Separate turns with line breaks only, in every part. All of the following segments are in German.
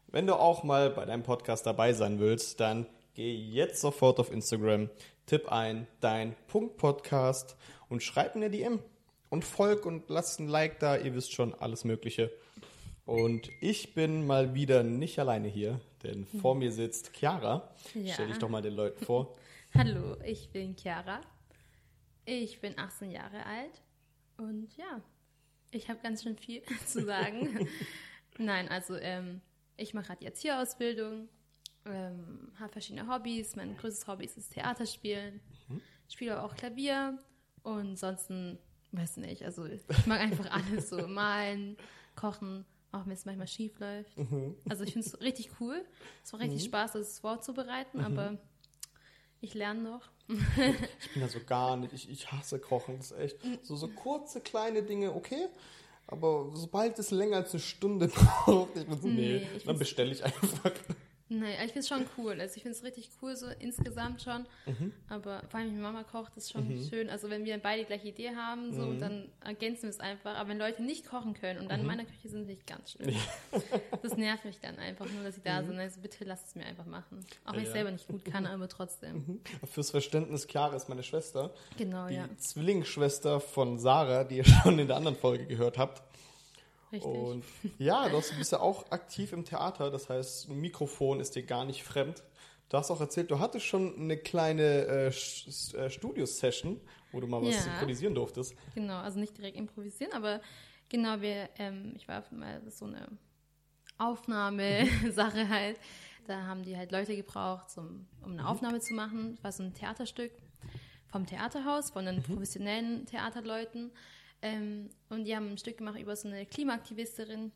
Wenn du auch mal bei deinem Podcast dabei sein willst, dann geh jetzt sofort auf Instagram, tipp ein dein.podcast und schreib mir eine DM und folg und lass ein Like da, ihr wisst schon, alles Mögliche. Und ich bin mal wieder nicht alleine hier, denn vor mir sitzt Chiara.
Ja.
Stell dich doch mal den Leuten vor.
Hallo, ich bin Chiara. Ich bin 18 Jahre alt und ja, ich habe ganz schön viel zu sagen. Nein, also ich mache gerade die Erzieherausbildung, habe verschiedene Hobbys. Mein größtes Hobby ist das Theaterspielen. Ich spiele auch Klavier und ansonsten, weiß nicht, also ich mag einfach alles so, malen, kochen, auch wenn es manchmal schief läuft. Also ich finde es richtig cool. Es macht richtig Spaß, das vorzubereiten, aber ich lerne noch.
Ich bin da so gar nicht, ich hasse Kochen, das ist echt so kurze, kleine Dinge, okay, aber sobald es länger als eine Stunde braucht, ich bin so, nee, dann bestelle ich einfach.
Nein, ich finde es schon cool. Also ich finde es richtig cool, so insgesamt schon. Aber vor allem, wenn Mama kocht, ist schon schön. Also wenn wir beide die gleiche Idee haben, so, dann ergänzen wir es einfach. Aber wenn Leute nicht kochen können und dann in meiner Küche sind, finde ich ganz schlimm. Das nervt mich dann einfach nur, dass sie da sind. Also bitte lasst es mir einfach machen. Auch wenn ich selber nicht gut kann, aber trotzdem.
Fürs Verständnis, Chiara ist meine Schwester.
Genau,
die
ja.
Zwillingsschwester von Sarah, die ihr schon in der anderen Folge gehört habt.
Richtig.
Und ja, du bist ja auch aktiv im Theater, das heißt, ein Mikrofon ist dir gar nicht fremd. Du hast auch erzählt, du hattest schon eine kleine Studio-Session, wo du mal was synchronisieren durftest.
Genau, also nicht direkt improvisieren, aber genau, ich war mal so eine Aufnahmesache halt. Da haben die halt Leute gebraucht, um eine Aufnahme zu machen. Das war so ein Theaterstück vom Theaterhaus, von den professionellen Theaterleuten. Und die haben ein Stück gemacht über so eine Klimaaktivistin.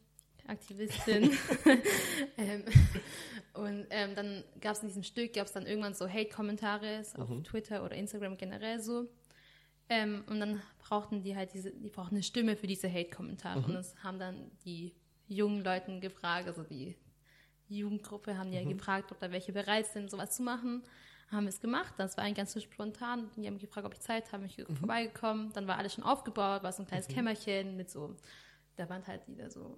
Und dann gab es in diesem Stück, dann irgendwann so Hate-Kommentare auf Twitter oder Instagram generell so. Und dann brauchten die halt die brauchten eine Stimme für diese Hate-Kommentare. Und das haben dann die jungen Leuten gefragt, also die Jugendgruppe haben die ja gefragt, ob da welche bereit sind, sowas zu machen. Haben wir es gemacht, das war eigentlich ganz so spontan. Die haben gefragt, ob ich Zeit habe, ich vorbeigekommen. Dann war alles schon aufgebaut, war so ein kleines Kämmerchen mit so, da waren halt wieder so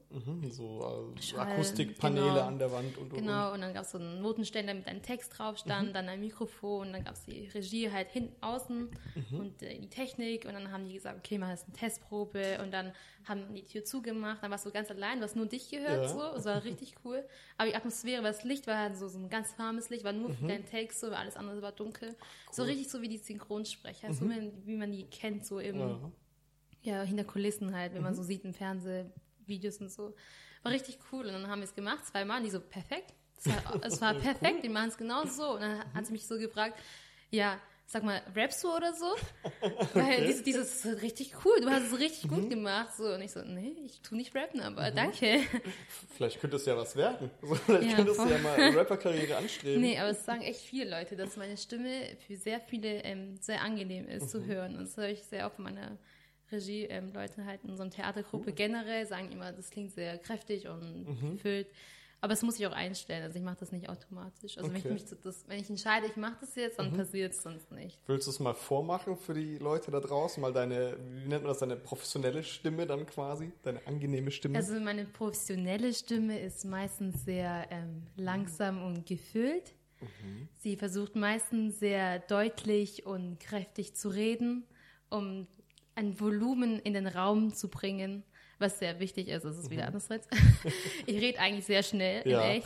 Akustikpaneele an der Wand.
Genau, und dann gab es so einen Notenständer mit einem Text drauf stand, dann ein Mikrofon, dann gab es die Regie halt hinten außen und die Technik und dann haben die gesagt, okay, mach jetzt eine Testprobe und dann haben die Tür zugemacht, dann warst du ganz allein, du hast nur dich gehört, so, es war richtig cool, aber die Atmosphäre, das Licht war halt so ein ganz warmes Licht, war nur für deinen Text, so, alles andere war dunkel, cool. So richtig so wie die Synchronsprecher, so wie man die kennt, so im hinter Kulissen halt, wenn man so sieht in Fernsehvideos und so. War richtig cool. Und dann haben wir es gemacht, 2 Mal, und die so, perfekt. Es war perfekt, die machen es genau so. Und dann hat sie mich so gefragt, ja, sag mal, rappst du oder so? Weil dieses ist richtig cool, du hast es richtig gut gemacht. So. Und ich so, nee, ich tu nicht rappen, aber danke.
Vielleicht könnte es ja was werden. Vielleicht könntest du ja mal eine Rapper-Karriere anstreben.
Nee, aber es sagen echt viele Leute, dass meine Stimme für sehr viele sehr angenehm ist zu hören. Und das höre ich sehr oft von meiner Regie-Leute halt in unserer Theatergruppe generell sagen immer, das klingt sehr kräftig und gefüllt. Aber es muss ich auch einstellen, also ich mache das nicht automatisch. Also wenn ich entscheide, ich mache das jetzt, dann passiert es sonst nicht.
Willst du es mal vormachen für die Leute da draußen? Mal wie nennt man das, deine professionelle Stimme dann quasi? Deine angenehme Stimme?
Also meine professionelle Stimme ist meistens sehr langsam und gefüllt. Sie versucht meistens sehr deutlich und kräftig zu reden, um ein Volumen in den Raum zu bringen, was sehr wichtig ist. Das ist wieder andererseits. Ich rede eigentlich sehr schnell, in echt,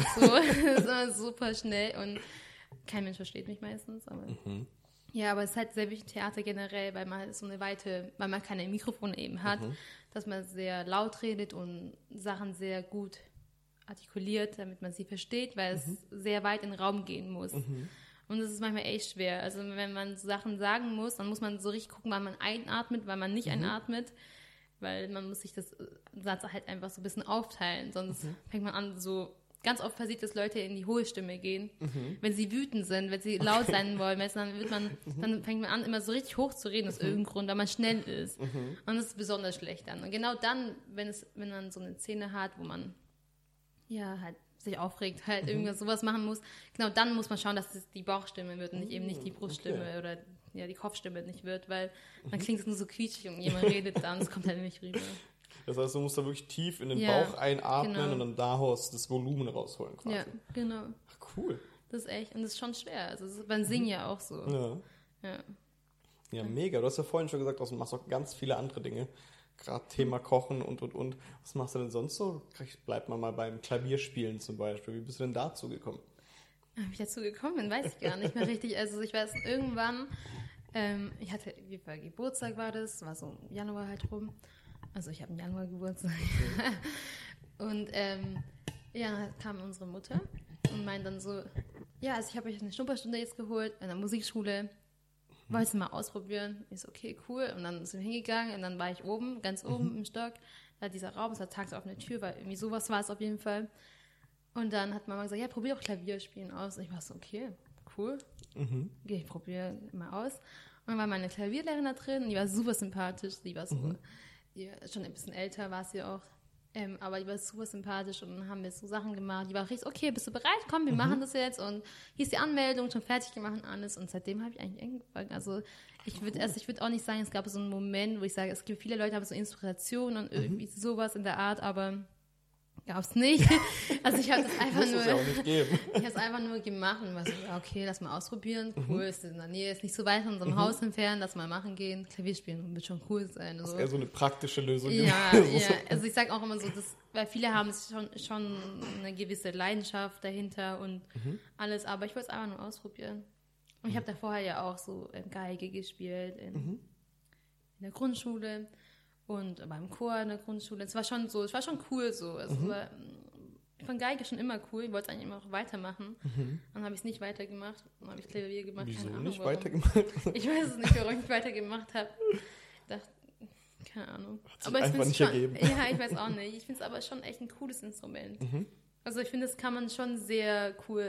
so super schnell und kein Mensch versteht mich meistens. Aber ja, aber es ist halt sehr wichtig, Theater generell, weil man halt weil man keine Mikrofone eben hat, dass man sehr laut redet und Sachen sehr gut artikuliert, damit man sie versteht, weil es sehr weit in den Raum gehen muss. Und das ist manchmal echt schwer. Also wenn man Sachen sagen muss, dann muss man so richtig gucken, wann man einatmet, wann man nicht einatmet. Weil man muss sich das Satz halt einfach so ein bisschen aufteilen. Sonst fängt man an, so ganz oft passiert, dass Leute in die hohe Stimme gehen. Wenn sie wütend sind, wenn sie laut sein wollen, dann fängt man an, immer so richtig hoch zu reden aus irgendeinem Grund, weil man schnell ist. Und das ist besonders schlecht dann. Und genau dann, wenn man so eine Szene hat, wo man halt sich aufregt, halt irgendwas sowas machen muss, genau dann muss man schauen, dass es die Bauchstimme wird und eben nicht die Bruststimme oder die Kopfstimme nicht wird, weil dann klingt es nur so quietschig und jemand redet da und es kommt halt nicht rüber.
Das heißt, du musst da wirklich tief in den
Ja,
Bauch einatmen
genau.
und dann daraus das Volumen rausholen quasi.
Ja, genau.
Ach, cool.
Das ist echt, und das ist schon schwer. Also das ist beim Singen ja auch so.
Ja.
Ja.
Ja, mega. Du hast ja vorhin schon gesagt, du machst auch ganz viele andere Dinge. Gerade Thema Kochen und. Was machst du denn sonst so? Bleibt man mal beim Klavierspielen zum Beispiel. Wie bist du denn dazu gekommen?
Wie ich dazu gekommen bin, weiß ich gar nicht mehr richtig. Also ich weiß, irgendwann, ich hatte, wie bei Geburtstag war das, war so im Januar halt rum. Also ich habe im Januar Geburtstag. Und ja, kam unsere Mutter und meint dann so, ja, also ich habe euch eine Schnupperstunde jetzt geholt in der Musikschule. Wolltest du mal ausprobieren? Ich so, okay, cool. Und dann sind wir hingegangen und dann war ich oben, ganz oben im Stock. Da dieser Raum, es war tagsoffene Tür, weil irgendwie sowas war es auf jeden Fall. Und dann hat Mama gesagt, ja, probier doch Klavierspielen aus. Und ich war so, okay, cool. Okay, ich probiere mal aus. Und dann war meine Klavierlehrerin da drin und die war super sympathisch. Die war so, die war schon ein bisschen älter war sie auch. Aber die war super sympathisch und dann haben wir so Sachen gemacht. Die war richtig, okay, bist du bereit? Komm, wir machen das jetzt. Und hier ist die Anmeldung, schon fertig gemacht und alles. Und seitdem habe ich eigentlich angefangen. Also ich würde auch nicht sagen, es gab so einen Moment, wo ich sage, es gibt viele Leute, die haben so Inspiration und irgendwie sowas in der Art, aber gab es nicht. Also ich habe das einfach
Muss es ja auch nicht geben.
ich habe es einfach nur gemacht und war so, ja, okay, lass mal ausprobieren. Cool, ist in der Nähe, ist nicht so weit von unserem Haus entfernt, lass mal machen gehen. Klavier spielen wird schon cool sein.
Das ist eher so eine praktische Lösung.
Ja, ja. Also ich sage auch immer so, weil viele haben schon eine gewisse Leidenschaft dahinter und alles, aber ich wollte es einfach nur ausprobieren. Und ich habe da vorher ja auch so Geige gespielt in der Grundschule und beim Chor in der Grundschule. Es war schon cool so. Also ich fand Geige schon immer cool, ich wollte es eigentlich immer auch weitermachen. Dann habe ich es nicht weitergemacht, dann habe ich Klavier gemacht.
Wieso
keine Ahnung,
nicht
warum.
weitergemacht?
Ich weiß es nicht, warum ich nicht weitergemacht habe. Keine Ahnung.
Hat sich einfach nicht ergeben.
Ja, ich weiß auch nicht. Ich finde es aber schon echt ein cooles Instrument. Also ich finde, das kann man schon sehr cool,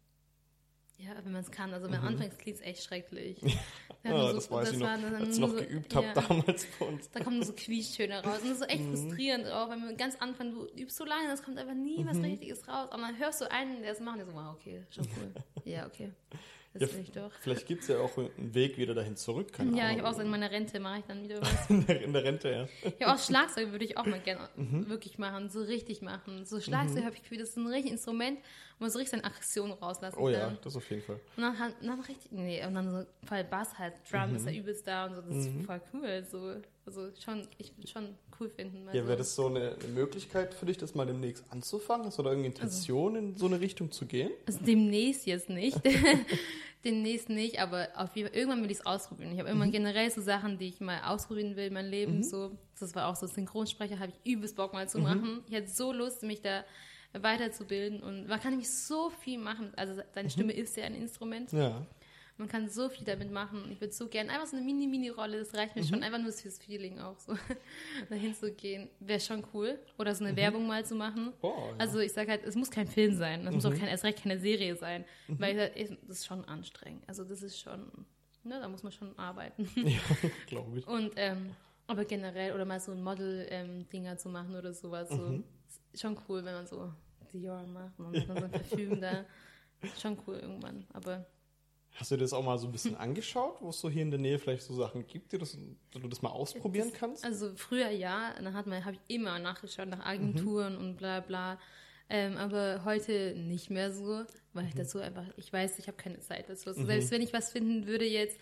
ja, wenn man es kann. Also am Anfang klingt es echt schrecklich.
Ja, das weiß ich noch, als ich noch geübt habe damals bei uns.
Da kommen so Quietschtöne raus. Und das ist so echt frustrierend auch, wenn man ganz anfängt, du übst so lange, das kommt einfach nie was Richtiges raus. Und dann hörst du einen, der es macht, und der so, wow, okay, schon cool. Ja, okay. Das will ich doch.
Vielleicht gibt es ja auch einen Weg wieder dahin zurück.
Ja, ich habe auch so in meiner Rente mache ich dann wieder was.
In der Rente, ja.
Ja, auch Schlagzeug würde ich auch mal gerne wirklich machen, so richtig machen. So Schlagzeug habe ich gefühlt, das ist ein richtiges Instrument, wo man so richtig seine Aggression rauslassen kann.
Oh ja, das auf jeden Fall.
Und dann richtig, und dann so voll Bass halt, Drum ist ja übelst da und so, das ist voll cool. So, also ich würde schon cool finden.
Ja, wäre das so eine Möglichkeit für dich, das mal demnächst anzufangen? Hast du da irgendeine Intention, in so eine Richtung zu gehen?
Also demnächst jetzt nicht. Demnächst nicht, aber auf jeden Fall, irgendwann will ich es ausprobieren. Ich habe irgendwann generell so Sachen, die ich mal ausprobieren will in meinem Leben. So, das war auch so Synchronsprecher, habe ich übelst Bock mal zu machen. Ich hätte so Lust, mich da weiterzubilden und man kann nämlich so viel machen. Also deine Stimme ist ja ein Instrument.
Ja.
Man kann so viel damit machen. Ich würde so gerne einfach so eine Mini-Rolle, das reicht mir schon, einfach nur fürs Feeling auch so dahin zu gehen. Wäre schon cool. Oder so eine Werbung mal zu machen.
Oh, ja.
Also ich sage halt, es muss kein Film sein. Es muss auch erst recht keine Serie sein. Weil das ist schon anstrengend. Also das ist schon, ne, da muss man schon arbeiten.
Ja, glaube ich.
Und, aber generell, oder mal so ein Model-Dinger zu machen oder sowas. So, ist schon cool, wenn man so Dior macht und dann so ein Parfüm da. Schon cool irgendwann, aber...
Hast du dir das auch mal so ein bisschen angeschaut, wo es so hier in der Nähe vielleicht so Sachen gibt, wo du das mal ausprobieren kannst?
Also früher ja, dann habe ich immer nachgeschaut nach Agenturen und bla bla. Aber heute nicht mehr so, weil ich dazu einfach, ich weiß, ich habe keine Zeit dazu. Also selbst wenn ich was finden würde jetzt,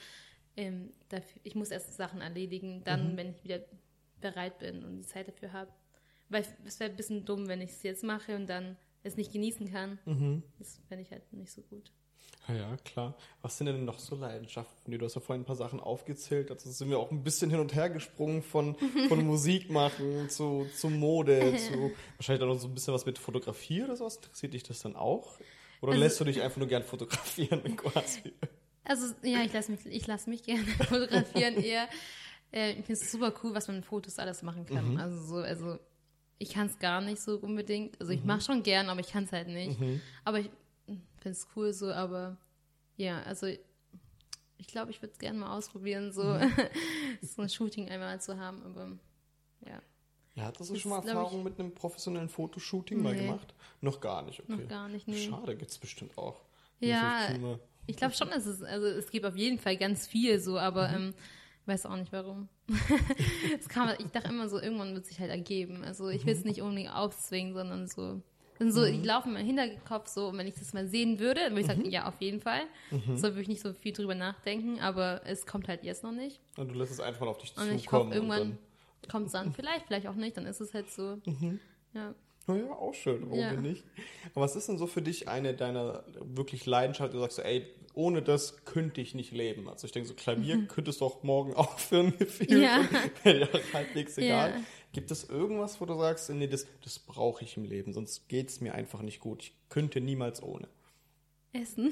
ich muss erst Sachen erledigen, dann, wenn ich wieder bereit bin und die Zeit dafür habe. Weil es wäre ein bisschen dumm, wenn ich es jetzt mache und dann es nicht genießen kann. Das fände ich halt nicht so gut.
Ja, klar. Was sind denn noch so Leidenschaften? Du hast ja vorhin ein paar Sachen aufgezählt. Also sind wir auch ein bisschen hin und her gesprungen von Musik machen zu Mode, zu wahrscheinlich auch noch so ein bisschen was mit Fotografie oder sowas. Interessiert dich das dann auch? Oder lässt du dich einfach nur gern fotografieren quasi?
Also ja, ich lass mich gerne fotografieren eher. Ich finde es super cool, was man mit Fotos alles machen kann. Also ich kann es gar nicht so unbedingt. Also ich mache schon gern, aber ich kann es halt nicht. Aber ich finde es cool so, aber ja, also ich glaube, ich würde es gerne mal ausprobieren, so ein Shooting einmal zu haben, aber ja.
Ja, hattest du schon mal Erfahrung mit einem professionellen Fotoshooting mal gemacht? Noch gar nicht, okay.
Noch gar nicht, nee.
Schade, gibt es bestimmt auch.
Ja, ich glaube schon, es gibt auf jeden Fall ganz viel so, aber Weiß auch nicht warum. Ich dachte immer so, irgendwann wird sich halt ergeben. Also ich will es nicht unbedingt aufzwingen, sondern so. Die laufen in meinem Hinterkopf so, und wenn ich das mal sehen würde, dann würde ich sagen, ja, auf jeden Fall. So würde ich nicht so viel drüber nachdenken, aber es kommt halt jetzt noch nicht.
Und du lässt es einfach mal auf dich zukommen.
Und ich hoffe, irgendwann kommt es dann. Vielleicht auch nicht, dann ist es halt so. Ja.
Naja, auch schön, warum denn nicht? Aber was ist denn so für dich eine deiner wirklich Leidenschaft, du sagst so, ey, ohne das könnte ich nicht leben. Also ich denke so, Klavier könntest du auch morgen aufhören, gefühlt.
Ja.
Wäre ja halbwegs egal.
Ja.
Gibt es irgendwas, wo du sagst, nee, das brauche ich im Leben, sonst geht es mir einfach nicht gut. Ich könnte niemals ohne.
Essen?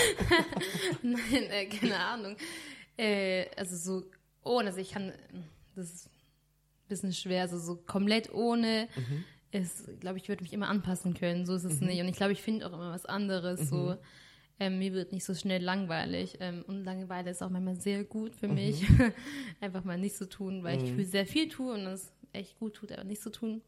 Nein, keine Ahnung. Also so ohne, also ich kann, das ist ein bisschen schwer, also so komplett ohne ist, glaube ich, würde mich immer anpassen können, so ist es nicht. Und ich glaube, ich finde auch immer was anderes, so. Mir wird nicht so schnell langweilig. Und Langeweile ist auch manchmal sehr gut für mich. Einfach mal nichts zu tun, weil ich sehr viel tue und das echt gut tut, aber nichts zu tun.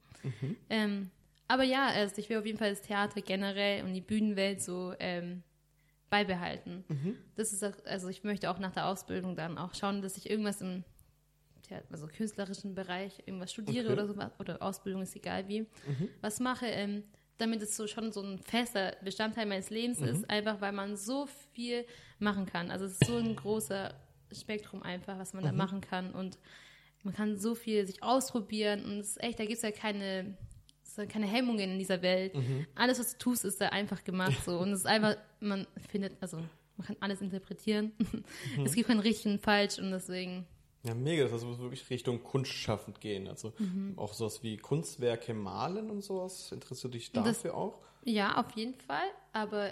Aber ja, also ich will auf jeden Fall das Theater generell und die Bühnenwelt so beibehalten. Das ist auch, also ich möchte auch nach der Ausbildung dann auch schauen, dass ich irgendwas im also künstlerischen Bereich irgendwas studiere oder sowas, oder Ausbildung ist egal wie, was mache, damit es so schon so ein fester Bestandteil meines Lebens ist, einfach weil man so viel machen kann. Also es ist so ein großer Spektrum einfach, was man da machen kann und man kann so viel sich ausprobieren und es ist echt, da gibt es ja keine Hemmungen in dieser Welt. Alles, was du tust, ist da einfach gemacht so und es ist einfach, man kann alles interpretieren. Es gibt kein richtig und falsch und deswegen...
Ja, mega, das muss wirklich Richtung kunstschaffend gehen. Also auch sowas wie Kunstwerke malen und sowas. Interessierst du dich dafür auch?
Ja, auf jeden Fall, aber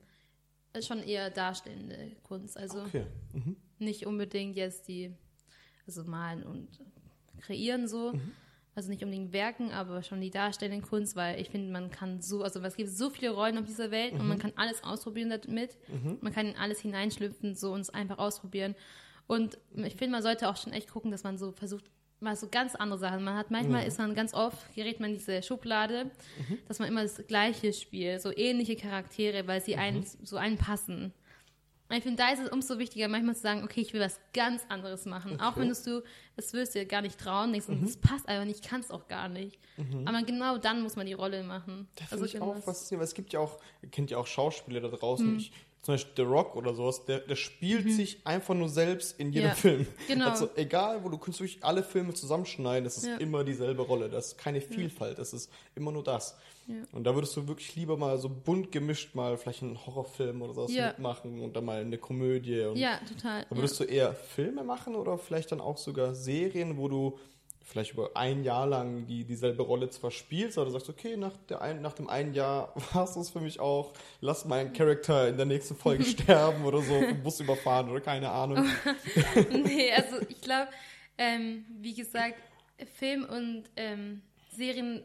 schon eher darstellende Kunst. Also nicht unbedingt jetzt also malen und kreieren so. Also nicht unbedingt Werken, aber schon die darstellende Kunst, weil ich finde, man kann es gibt so viele Rollen auf dieser Welt und man kann alles ausprobieren damit. Man kann in alles hineinschlüpfen so und es einfach ausprobieren. Und ich finde, man sollte auch schon echt gucken, dass man so versucht, mal so ganz andere Sachen. Manchmal ganz oft, gerät man in diese Schublade, dass man immer das Gleiche spielt, so ähnliche Charaktere, weil sie einen passen. Und ich finde, da ist es umso wichtiger, manchmal zu sagen, okay, ich will was ganz anderes machen. Auch wenn das wirst du dir gar nicht trauen, denkst, das passt einfach nicht, ich kann es auch gar nicht. Aber genau dann muss man die Rolle machen.
Das finde ich auch faszinierend, weil es gibt ja auch, ihr kennt ja auch Schauspieler da draußen, zum Beispiel The Rock oder sowas, der spielt sich einfach nur selbst in jedem Film.
Genau.
Also egal, du kannst wirklich alle Filme zusammenschneiden, es ist immer dieselbe Rolle, das ist keine Vielfalt, es ist immer nur das. Ja. Und da würdest du wirklich lieber mal so bunt gemischt mal vielleicht einen Horrorfilm oder sowas mitmachen und dann mal eine Komödie. Und
ja, total.
Da würdest du eher Filme machen oder vielleicht dann auch sogar Serien, wo du vielleicht über ein Jahr lang dieselbe Rolle zwar spielst, aber du sagst, okay, nach dem einen Jahr war es das für mich auch, lass meinen Charakter in der nächsten Folge sterben oder so, vom Bus überfahren oder keine Ahnung.
Nee, also ich glaube, wie gesagt, Film und Serien,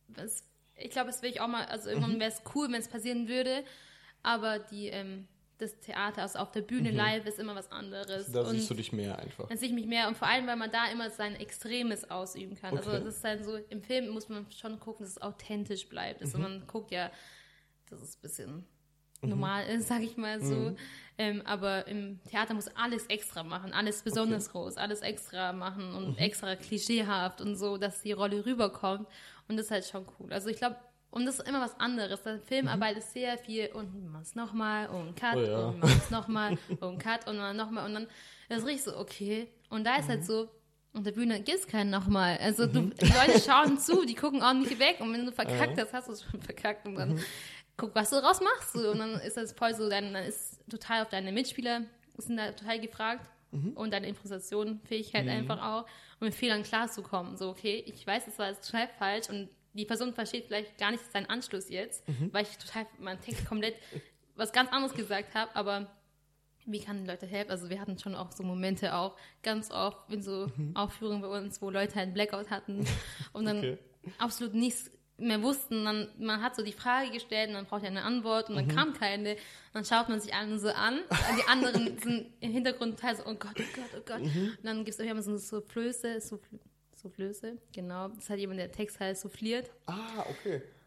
ich glaube, das will ich auch mal, also irgendwann wäre es cool, wenn es passieren würde, aber das Theater, also auf der Bühne live, ist immer was anderes.
Da siehst du dich mehr einfach.
Da sehe ich mich mehr und vor allem, weil man da immer sein Extremes ausüben kann. Okay. Also das ist dann so, im Film muss man schon gucken, dass es authentisch bleibt. Also man guckt ja, dass es ein bisschen normal ist, sag ich mal so. Aber im Theater muss alles extra machen, alles besonders groß, alles extra machen und extra klischeehaft und so, dass die Rolle rüberkommt. Und das ist halt schon cool. Also ich glaube, und das ist immer was anderes. Der Filmarbeit ist sehr viel und man es nochmal und Cut und man es nochmal und Cut und man nochmal und dann ist richtig so, okay. Und da ist halt so, auf der Bühne gibt es keinen nochmal. Also die Leute schauen zu, die gucken auch nicht weg und wenn du verkackt hast, hast du es schon verkackt und dann guck, was du daraus machst. Und dann ist das voll so, dann ist total auf deine Mitspieler, sind da total gefragt und deine Improvisation, Fähigkeit einfach auch, um mit Fehlern klarzukommen. So, okay, ich weiß, das war jetzt total falsch und die Person versteht vielleicht gar nicht seinen Anschluss jetzt, weil ich total meinen Text komplett was ganz anderes gesagt habe, aber wie kann die Leute helfen? Also wir hatten schon auch so Momente auch ganz oft in so Aufführungen bei uns, wo Leute einen Blackout hatten und dann absolut nichts mehr wussten. Dann, man hat so die Frage gestellt und dann braucht er eine Antwort und dann kam keine. Dann schaut man sich alle so an und die anderen sind im Hintergrund total so, oh Gott, oh Gott, oh Gott. Und dann gibt es immer so Soufflöse, genau. Das hat jemand, der Text halt souffliert.
Ah, okay.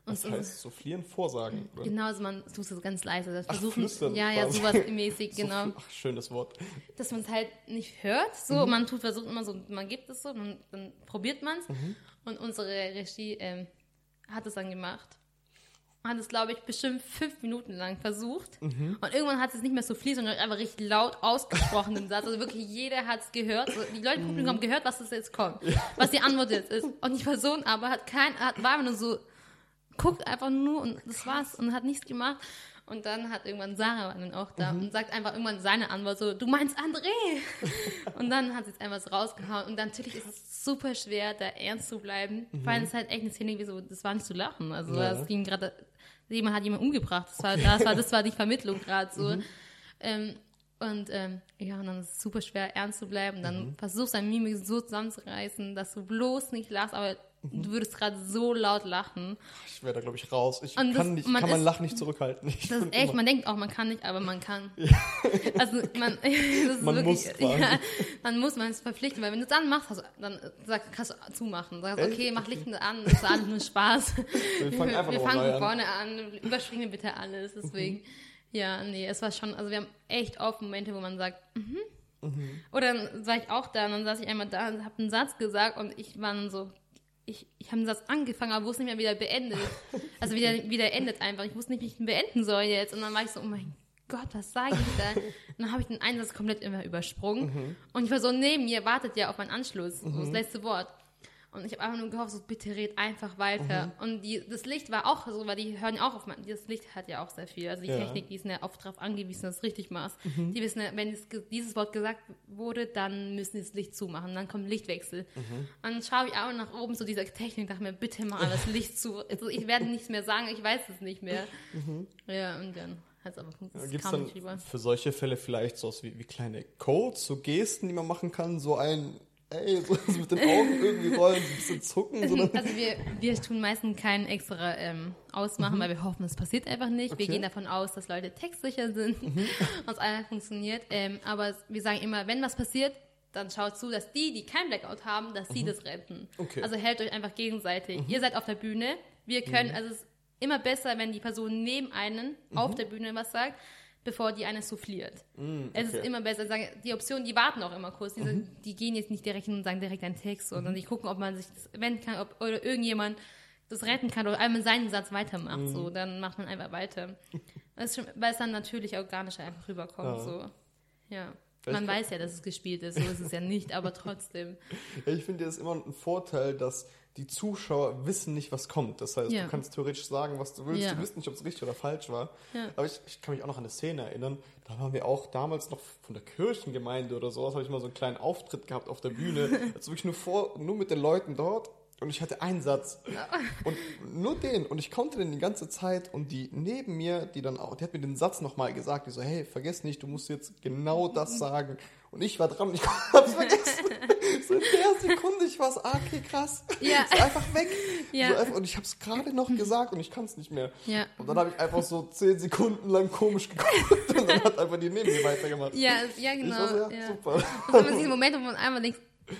Das heißt, soufflieren, vorsagen. Oder?
Genau, also man tut es ganz leise. Das
flüstern.
Ja, sowas mäßig, genau.
Ach, schönes Wort.
Dass man es halt nicht hört, so. Man versucht immer so, man gibt es so, dann probiert man es. Und unsere Regie hat es dann gemacht. Hat es, glaube ich, bestimmt 5 Minuten lang versucht. Und irgendwann hat es nicht mehr so fließend, sondern einfach richtig laut ausgesprochen den Satz. Also wirklich jeder hat es gehört. Also die Leute im Publikum haben gehört, was das jetzt kommt. Was die Antwort jetzt ist. Und die Person aber war nur so, guckt einfach nur und das war's. Und hat nichts gemacht. Und dann hat irgendwann Sarah war dann auch da und sagt einfach irgendwann seine Antwort so, du meinst André? Und dann hat sie es einfach so rausgehauen. Und natürlich ist es super schwer, da ernst zu bleiben. Vor allem ist halt echt eine Szene, wie so, das war nicht zu lachen. Also es ging gerade, jemand hat jemanden umgebracht. Das war die Vermittlung gerade so. Und dann ist es super schwer, ernst zu bleiben. Dann versuchst du deine Mimik so zusammenzureißen, dass du bloß nicht lachst, aber du würdest gerade so laut lachen. Ich
wäre da, glaube ich, raus. Ich kann mein Lachen nicht zurückhalten.
Das ist echt, man denkt auch, man kann nicht, aber man kann.
Ja.
Also man
muss
man ist verpflichtet, weil wenn du es dann machst, dann kannst du zumachen. Sagst, okay, mach Licht an, das ist alles nur Spaß.
Wir fangen
von vorne an, überspringen bitte alles, deswegen. Ja, nee, es war schon, also wir haben echt oft Momente, wo man sagt, Oder dann war ich auch da und dann saß ich einmal da und habe einen Satz gesagt und ich war dann so, ich habe einen Satz angefangen, aber wusste nicht mehr, wie der beendet. Also wie der endet einfach. Ich wusste nicht, wie ich ihn beenden soll jetzt. Und dann war ich so, oh mein Gott, was sage ich da? Und dann habe ich den Einsatz komplett immer übersprungen. Und ich war so, neben mir wartet ja auf meinen Anschluss, so das letzte Wort. Und ich habe einfach nur gehofft, so, bitte red einfach weiter. Und das Licht war auch so, weil die hören ja auch auf, das Licht hat ja auch sehr viel. Also die Technik, die ist ja oft darauf angewiesen, dass du es richtig machst. Die wissen ja, wenn dieses Wort gesagt wurde, dann müssen die das Licht zumachen. Dann kommt Lichtwechsel. Und dann schaue ich auch nach oben, so dieser Technik, dachte mir, bitte mal das Licht zu. Also ich werde nichts mehr sagen, ich weiß es nicht mehr. Ja, und dann hat es aber funktioniert.
Gibt es dann für solche Fälle vielleicht so wie kleine Codes, so Gesten, die man machen kann, so so mit den Augen irgendwie rollen, so ein bisschen zucken. So
also wir tun meistens keinen extra ausmachen, weil wir hoffen, es passiert einfach nicht. Okay. Wir gehen davon aus, dass Leute textsicher sind und es einfach funktioniert. Aber wir sagen immer, wenn was passiert, dann schaut zu, dass die kein Blackout haben, dass sie das retten. Okay. Also helft euch einfach gegenseitig. Ihr seid auf der Bühne. Wir können, also es ist immer besser, wenn die Person neben einen auf der Bühne was sagt, bevor die eine souffliert. Okay. Es ist immer besser, die Optionen, die warten auch immer kurz. Die gehen jetzt nicht direkt hin und sagen direkt einen Text, sondern die gucken, ob man sich das wenden kann, oder irgendjemand das retten kann oder einmal seinen Satz weitermacht. So, dann macht man einfach weiter. Das ist schon, weil es dann natürlich organisch einfach rüberkommt. So. Ja. Man weiß ja, dass es gespielt ist, so ist es ja nicht, aber trotzdem.
Ja, ich finde, das ist immer ein Vorteil, dass die Zuschauer wissen nicht, was kommt. Das heißt, du kannst theoretisch sagen, was du willst. Du weißt nicht, ob es richtig oder falsch war. Ja. Aber ich kann mich auch noch an eine Szene erinnern. Da waren wir auch damals noch von der Kirchengemeinde oder sowas, habe ich mal so einen kleinen Auftritt gehabt auf der Bühne. Also wirklich nur mit den Leuten dort. Und ich hatte einen Satz. Und nur den. Und ich konnte den die ganze Zeit. Und die neben mir, die hat mir den Satz nochmal gesagt. Die so, hey, vergiss nicht, du musst jetzt genau das sagen. Und ich war dran und ich hab's vergessen. So in der Sekunde, ich war so, okay, krass. Ja. Ist einfach weg. Ja. So einfach, und ich hab's gerade noch gesagt und ich kann's nicht mehr. Ja. Und dann habe ich einfach so 10 Sekunden lang komisch geguckt und dann hat einfach die neben mir weitergemacht.
Ja, genau.
Ich war so, super.
Und dann sind diese Momente, wo man einmal denkt,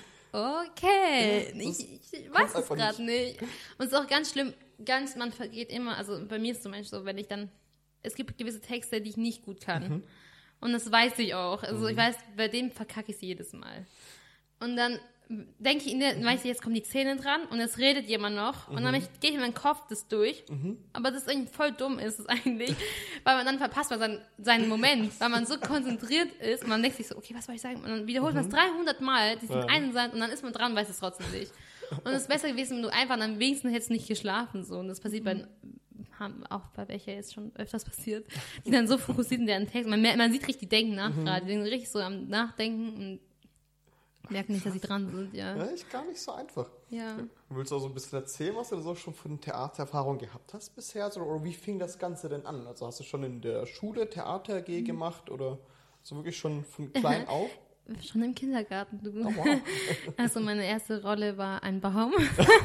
okay, ich weiß es gerade nicht. Und es ist auch ganz schlimm, man vergeht immer, also bei mir ist es zum Beispiel so, wenn ich dann, es gibt gewisse Texte, die ich nicht gut kann. Und das weiß ich auch. Also ich weiß, bei dem verkacke ich sie jedes Mal. Und dann denke ich, weiß ich, jetzt kommen die Zähne dran und jetzt redet jemand noch und dann gehe ich in meinen Kopf das durch. Aber das ist eigentlich voll dumm ist es eigentlich, weil man dann verpasst seinen Moment, weil man so konzentriert ist und man denkt sich so, okay, was soll ich sagen? Und dann wiederholt man es 300 Mal, diesen einen Satz und dann ist man dran und weiß es trotzdem nicht. Und es ist besser gewesen, wenn du einfach am wenigsten hättest nicht geschlafen. So. Und das passiert auch bei welcher jetzt schon öfters passiert, die dann so fokussiert in deren Text. Man sieht richtig, die denken nach gerade, die sind richtig so am Nachdenken und merken nicht, dass sie dran sind, ja.
Ja, ist gar nicht so einfach.
Ja.
Willst du auch so ein bisschen erzählen, was du so schon von Theatererfahrung gehabt hast bisher? Oder wie fing das Ganze denn an? Also hast du schon in der Schule Theater AG gemacht oder so wirklich schon von klein auf?
Schon im Kindergarten, du. Oh, wow. Also meine erste Rolle war ein Baum.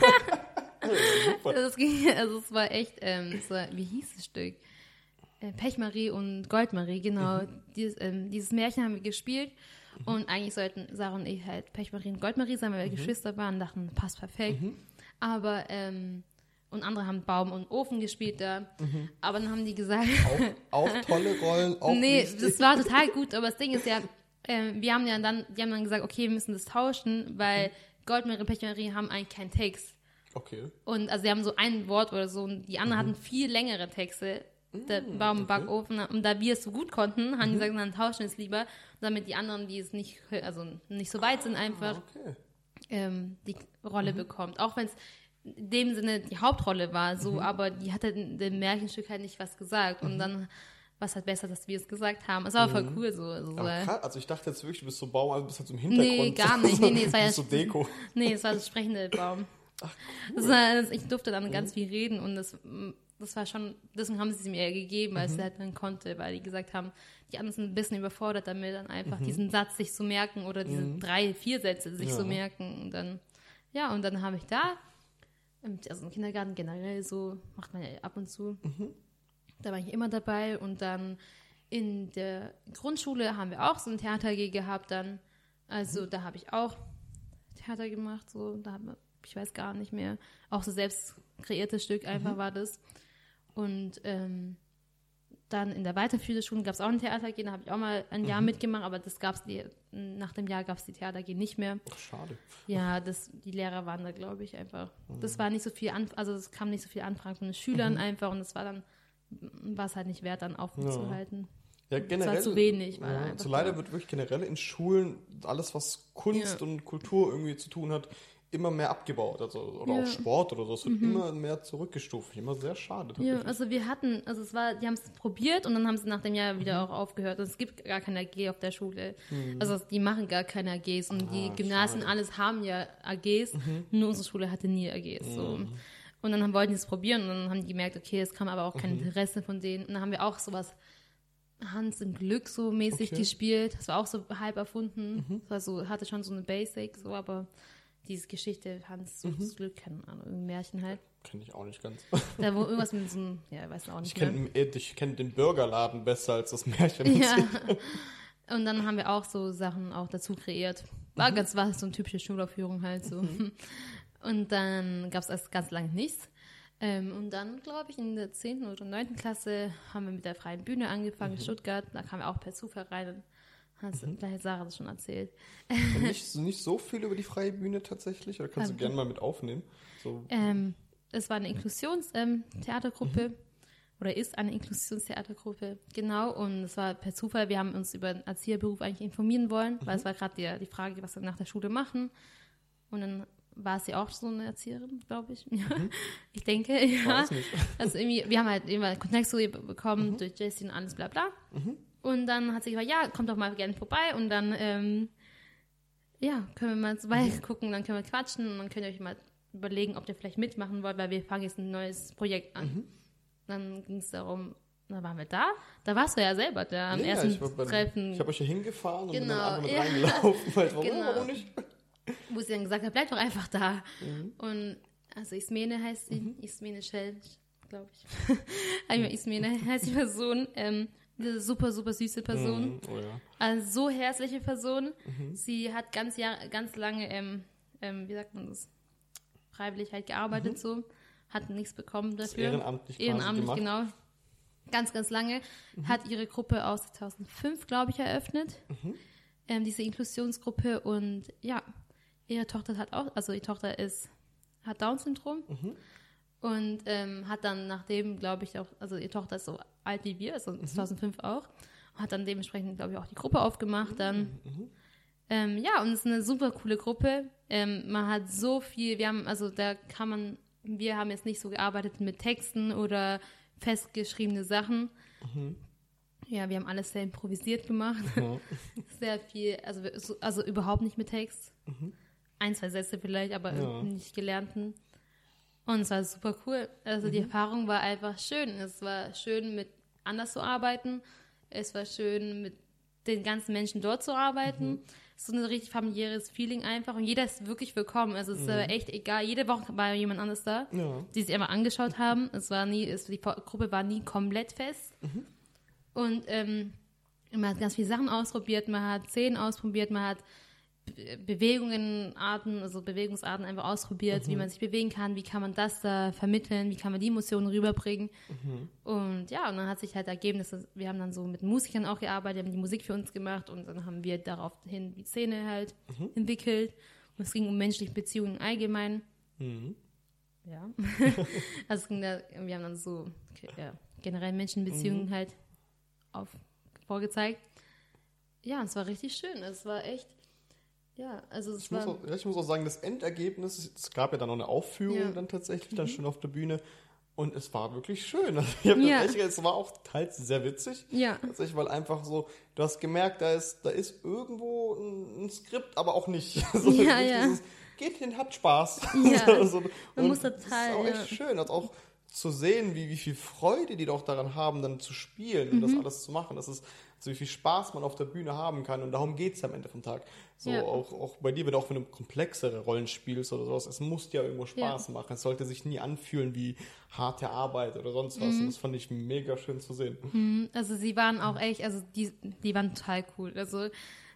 Es war echt, wie hieß das Stück? Pechmarie und Goldmarie, genau. Dieses Märchen haben wir gespielt. Und eigentlich sollten Sarah und ich halt Pechmarie und Goldmarie sein, weil wir Geschwister waren und dachten, passt perfekt. Aber und andere haben Baum und Ofen gespielt da. Aber dann haben die gesagt...
Auch tolle Rollen, auch
nee,
wichtig.
das war total gut, aber das Ding ist ja, die haben dann gesagt, okay, wir müssen das tauschen, weil Goldmarie und Pechmarie haben eigentlich keinen Text.
Okay.
Und also sie haben so ein Wort oder so und die anderen hatten viel längere Texte. Der Baum, Backofen. Und da wir es so gut konnten, haben die gesagt, dann tauschen wir es lieber, damit die anderen, die es nicht so weit sind, einfach die Rolle bekommt. Auch wenn es in dem Sinne die Hauptrolle war, so, aber die hatte in dem Märchenstück halt nicht was gesagt. Und dann war es halt besser, dass wir es gesagt haben. Es war voll cool so.
Also ich dachte jetzt wirklich, du bist so Baum, also du bist halt so im Hintergrund.
Nee, gar nicht. Nee, es war ja
so Deko.
Nee, es war das sprechende Baum.
Ach, cool.
Ich durfte dann ganz viel reden und das war schon, deswegen haben sie es mir gegeben, weil sie halt dann konnte, weil die gesagt haben, die anderen sind ein bisschen überfordert damit, dann einfach diesen Satz sich zu merken oder diese 3, 4 Sätze sich so merken und dann habe ich da, also im Kindergarten generell so, macht man ja ab und zu, da war ich immer dabei und dann in der Grundschule haben wir auch so ein Theater AG gehabt dann, also da habe ich auch Theater gemacht, so, ich weiß gar nicht mehr, auch so selbst kreiertes Stück einfach war das. Und dann in der weiterführenden Schule gab es auch ein Theater AG, da habe ich auch mal ein Jahr mitgemacht, aber nach dem Jahr gab es die Theater AG nicht mehr.
Ach, schade.
Ja, die Lehrer waren da, glaube ich, einfach. Das war nicht so viel, es kam nicht so viel Anfragen von den Schülern einfach und es war es halt nicht wert, dann aufzuhalten.
Ja, generell.
Es war zu wenig.
So leider wird wirklich generell in Schulen alles, was Kunst und Kultur irgendwie zu tun hat, immer mehr abgebaut, oder auch Sport oder so, es wird immer mehr zurückgestuft, immer sehr schade.
Ja, also die haben es probiert und dann haben sie nach dem Jahr wieder auch aufgehört. Also es gibt gar keine AG auf der Schule, also die machen gar keine AGs und die Gymnasien, alles haben ja AGs, nur unsere Schule hatte nie AGs, so. Und dann wollten die es probieren und dann haben die gemerkt, okay, es kam aber auch kein Interesse von denen und dann haben wir auch sowas Hans im Glück so mäßig gespielt, das war auch so halb erfunden, das war so, hatte schon so eine Basic, so, aber diese Geschichte, Hans sucht Glück, keine Ahnung, ein Märchen halt.
Kenne ich auch nicht ganz.
Da wo irgendwas mit so einem, ja, weiß auch nicht
Ich kenne den Burgerladen besser als das Märchen.
Ja. Und dann haben wir auch so Sachen auch dazu kreiert. War so eine typische Schulaufführung halt so. Und dann gab es erst ganz lange nichts. Und dann, glaube ich, in der 10. oder 9. Klasse haben wir mit der freien Bühne angefangen in Stuttgart. Da kamen wir auch per Zufall rein. Da hat Sarah das schon erzählt.
Nicht so viel über die freie Bühne tatsächlich, oder kannst du gerne mal mit aufnehmen? So.
Es war eine Inklusionstheatergruppe oder ist eine Inklusionstheatergruppe, genau. Und es war per Zufall, wir haben uns über den Erzieherberuf eigentlich informieren wollen, weil es war gerade die Frage, was wir nach der Schule machen. Und dann war sie auch so eine Erzieherin, glaube ich. Ja. Ich denke, ja. Also irgendwie, wir haben halt immer Kontakt zu ihr bekommen durch Jessie und alles bla bla. Und dann hat sie gesagt, ja, kommt doch mal gerne vorbei und dann, können wir mal gucken, dann können wir quatschen und dann könnt ihr euch mal überlegen, ob ihr vielleicht mitmachen wollt, weil wir fangen jetzt ein neues Projekt an. Dann ging es darum, da waren wir da warst du ja selber da am ersten Treffen.
Ich habe euch hier hingefahren und bin dann einfach mit reingelaufen, weil warum nicht?
Wo sie dann gesagt hat, bleib doch einfach da. Und also Ismene heißt sie, Ismene Schell, glaube ich. Einmal Ismene heißt die Person, eine super, super süße Person. Also so herzliche Person. Sie hat ganz lange, wie sagt man das, freiwillig halt gearbeitet so. Hat nichts bekommen dafür. Ehrenamtlich genau. Ganz, ganz lange. Hat ihre Gruppe aus 2005, glaube ich, eröffnet. Diese Inklusionsgruppe und ja, ihre Tochter hat Down-Syndrom. Und hat dann nachdem, glaube ich, auch, also ihre Tochter ist so alt wie wir, also 2005 auch, hat dann dementsprechend, glaube ich, auch die Gruppe aufgemacht dann. Und es ist eine super coole Gruppe. Man hat so viel, wir haben jetzt nicht so gearbeitet mit Texten oder festgeschriebene Sachen. Ja, wir haben alles sehr improvisiert gemacht. Sehr viel, also überhaupt nicht mit Text. 1, 2 Sätze vielleicht, aber nicht gelernten. Und es war super cool. Also die Erfahrung war einfach schön. Es war schön, mit anders zu arbeiten. Es war schön, mit den ganzen Menschen dort zu arbeiten. Es ist so ein richtig familiäres Feeling einfach. Und jeder ist wirklich willkommen. Also es ist echt egal. Jede Woche war jemand anderes da, die sich immer angeschaut haben. Die Gruppe war nie komplett fest. Und man hat ganz viele Sachen ausprobiert. Man hat Szenen ausprobiert. Man hat Bewegungsarten einfach ausprobiert, wie man sich bewegen kann, wie kann man das da vermitteln, wie kann man die Emotionen rüberbringen. Und ja, und dann hat sich halt ergeben, wir haben dann so mit Musikern auch gearbeitet, die haben die Musik für uns gemacht und dann haben wir daraufhin die Szene halt entwickelt. Und es ging um menschliche Beziehungen allgemein. Ja. Also wir haben dann so generell Menschenbeziehungen halt vorgezeigt. Ja, und es war richtig schön. Es war echt,
ich muss auch sagen, das Endergebnis, es gab ja dann noch eine Aufführung dann tatsächlich, dann schon auf der Bühne. Und es war wirklich schön. Also es war auch teils sehr witzig.
Ja.
Tatsächlich, weil einfach so, du hast gemerkt, da ist irgendwo ein Skript, aber auch nicht. Also dieses, geht hin, habt Spaß.
Ja,
also,
man muss total.
Das ist auch echt schön, also auch zu sehen, wie viel Freude die doch daran haben, dann zu spielen und das alles zu machen. Das ist so, wie viel Spaß man auf der Bühne haben kann. Und darum geht es am Ende vom Tag. So auch bei dir, wenn du komplexere Rollen spielst oder sowas, es muss ja irgendwo Spaß machen. Es sollte sich nie anfühlen wie harte Arbeit oder sonst was. Und das fand ich mega schön zu sehen.
Also sie waren auch echt, also die waren total cool. Also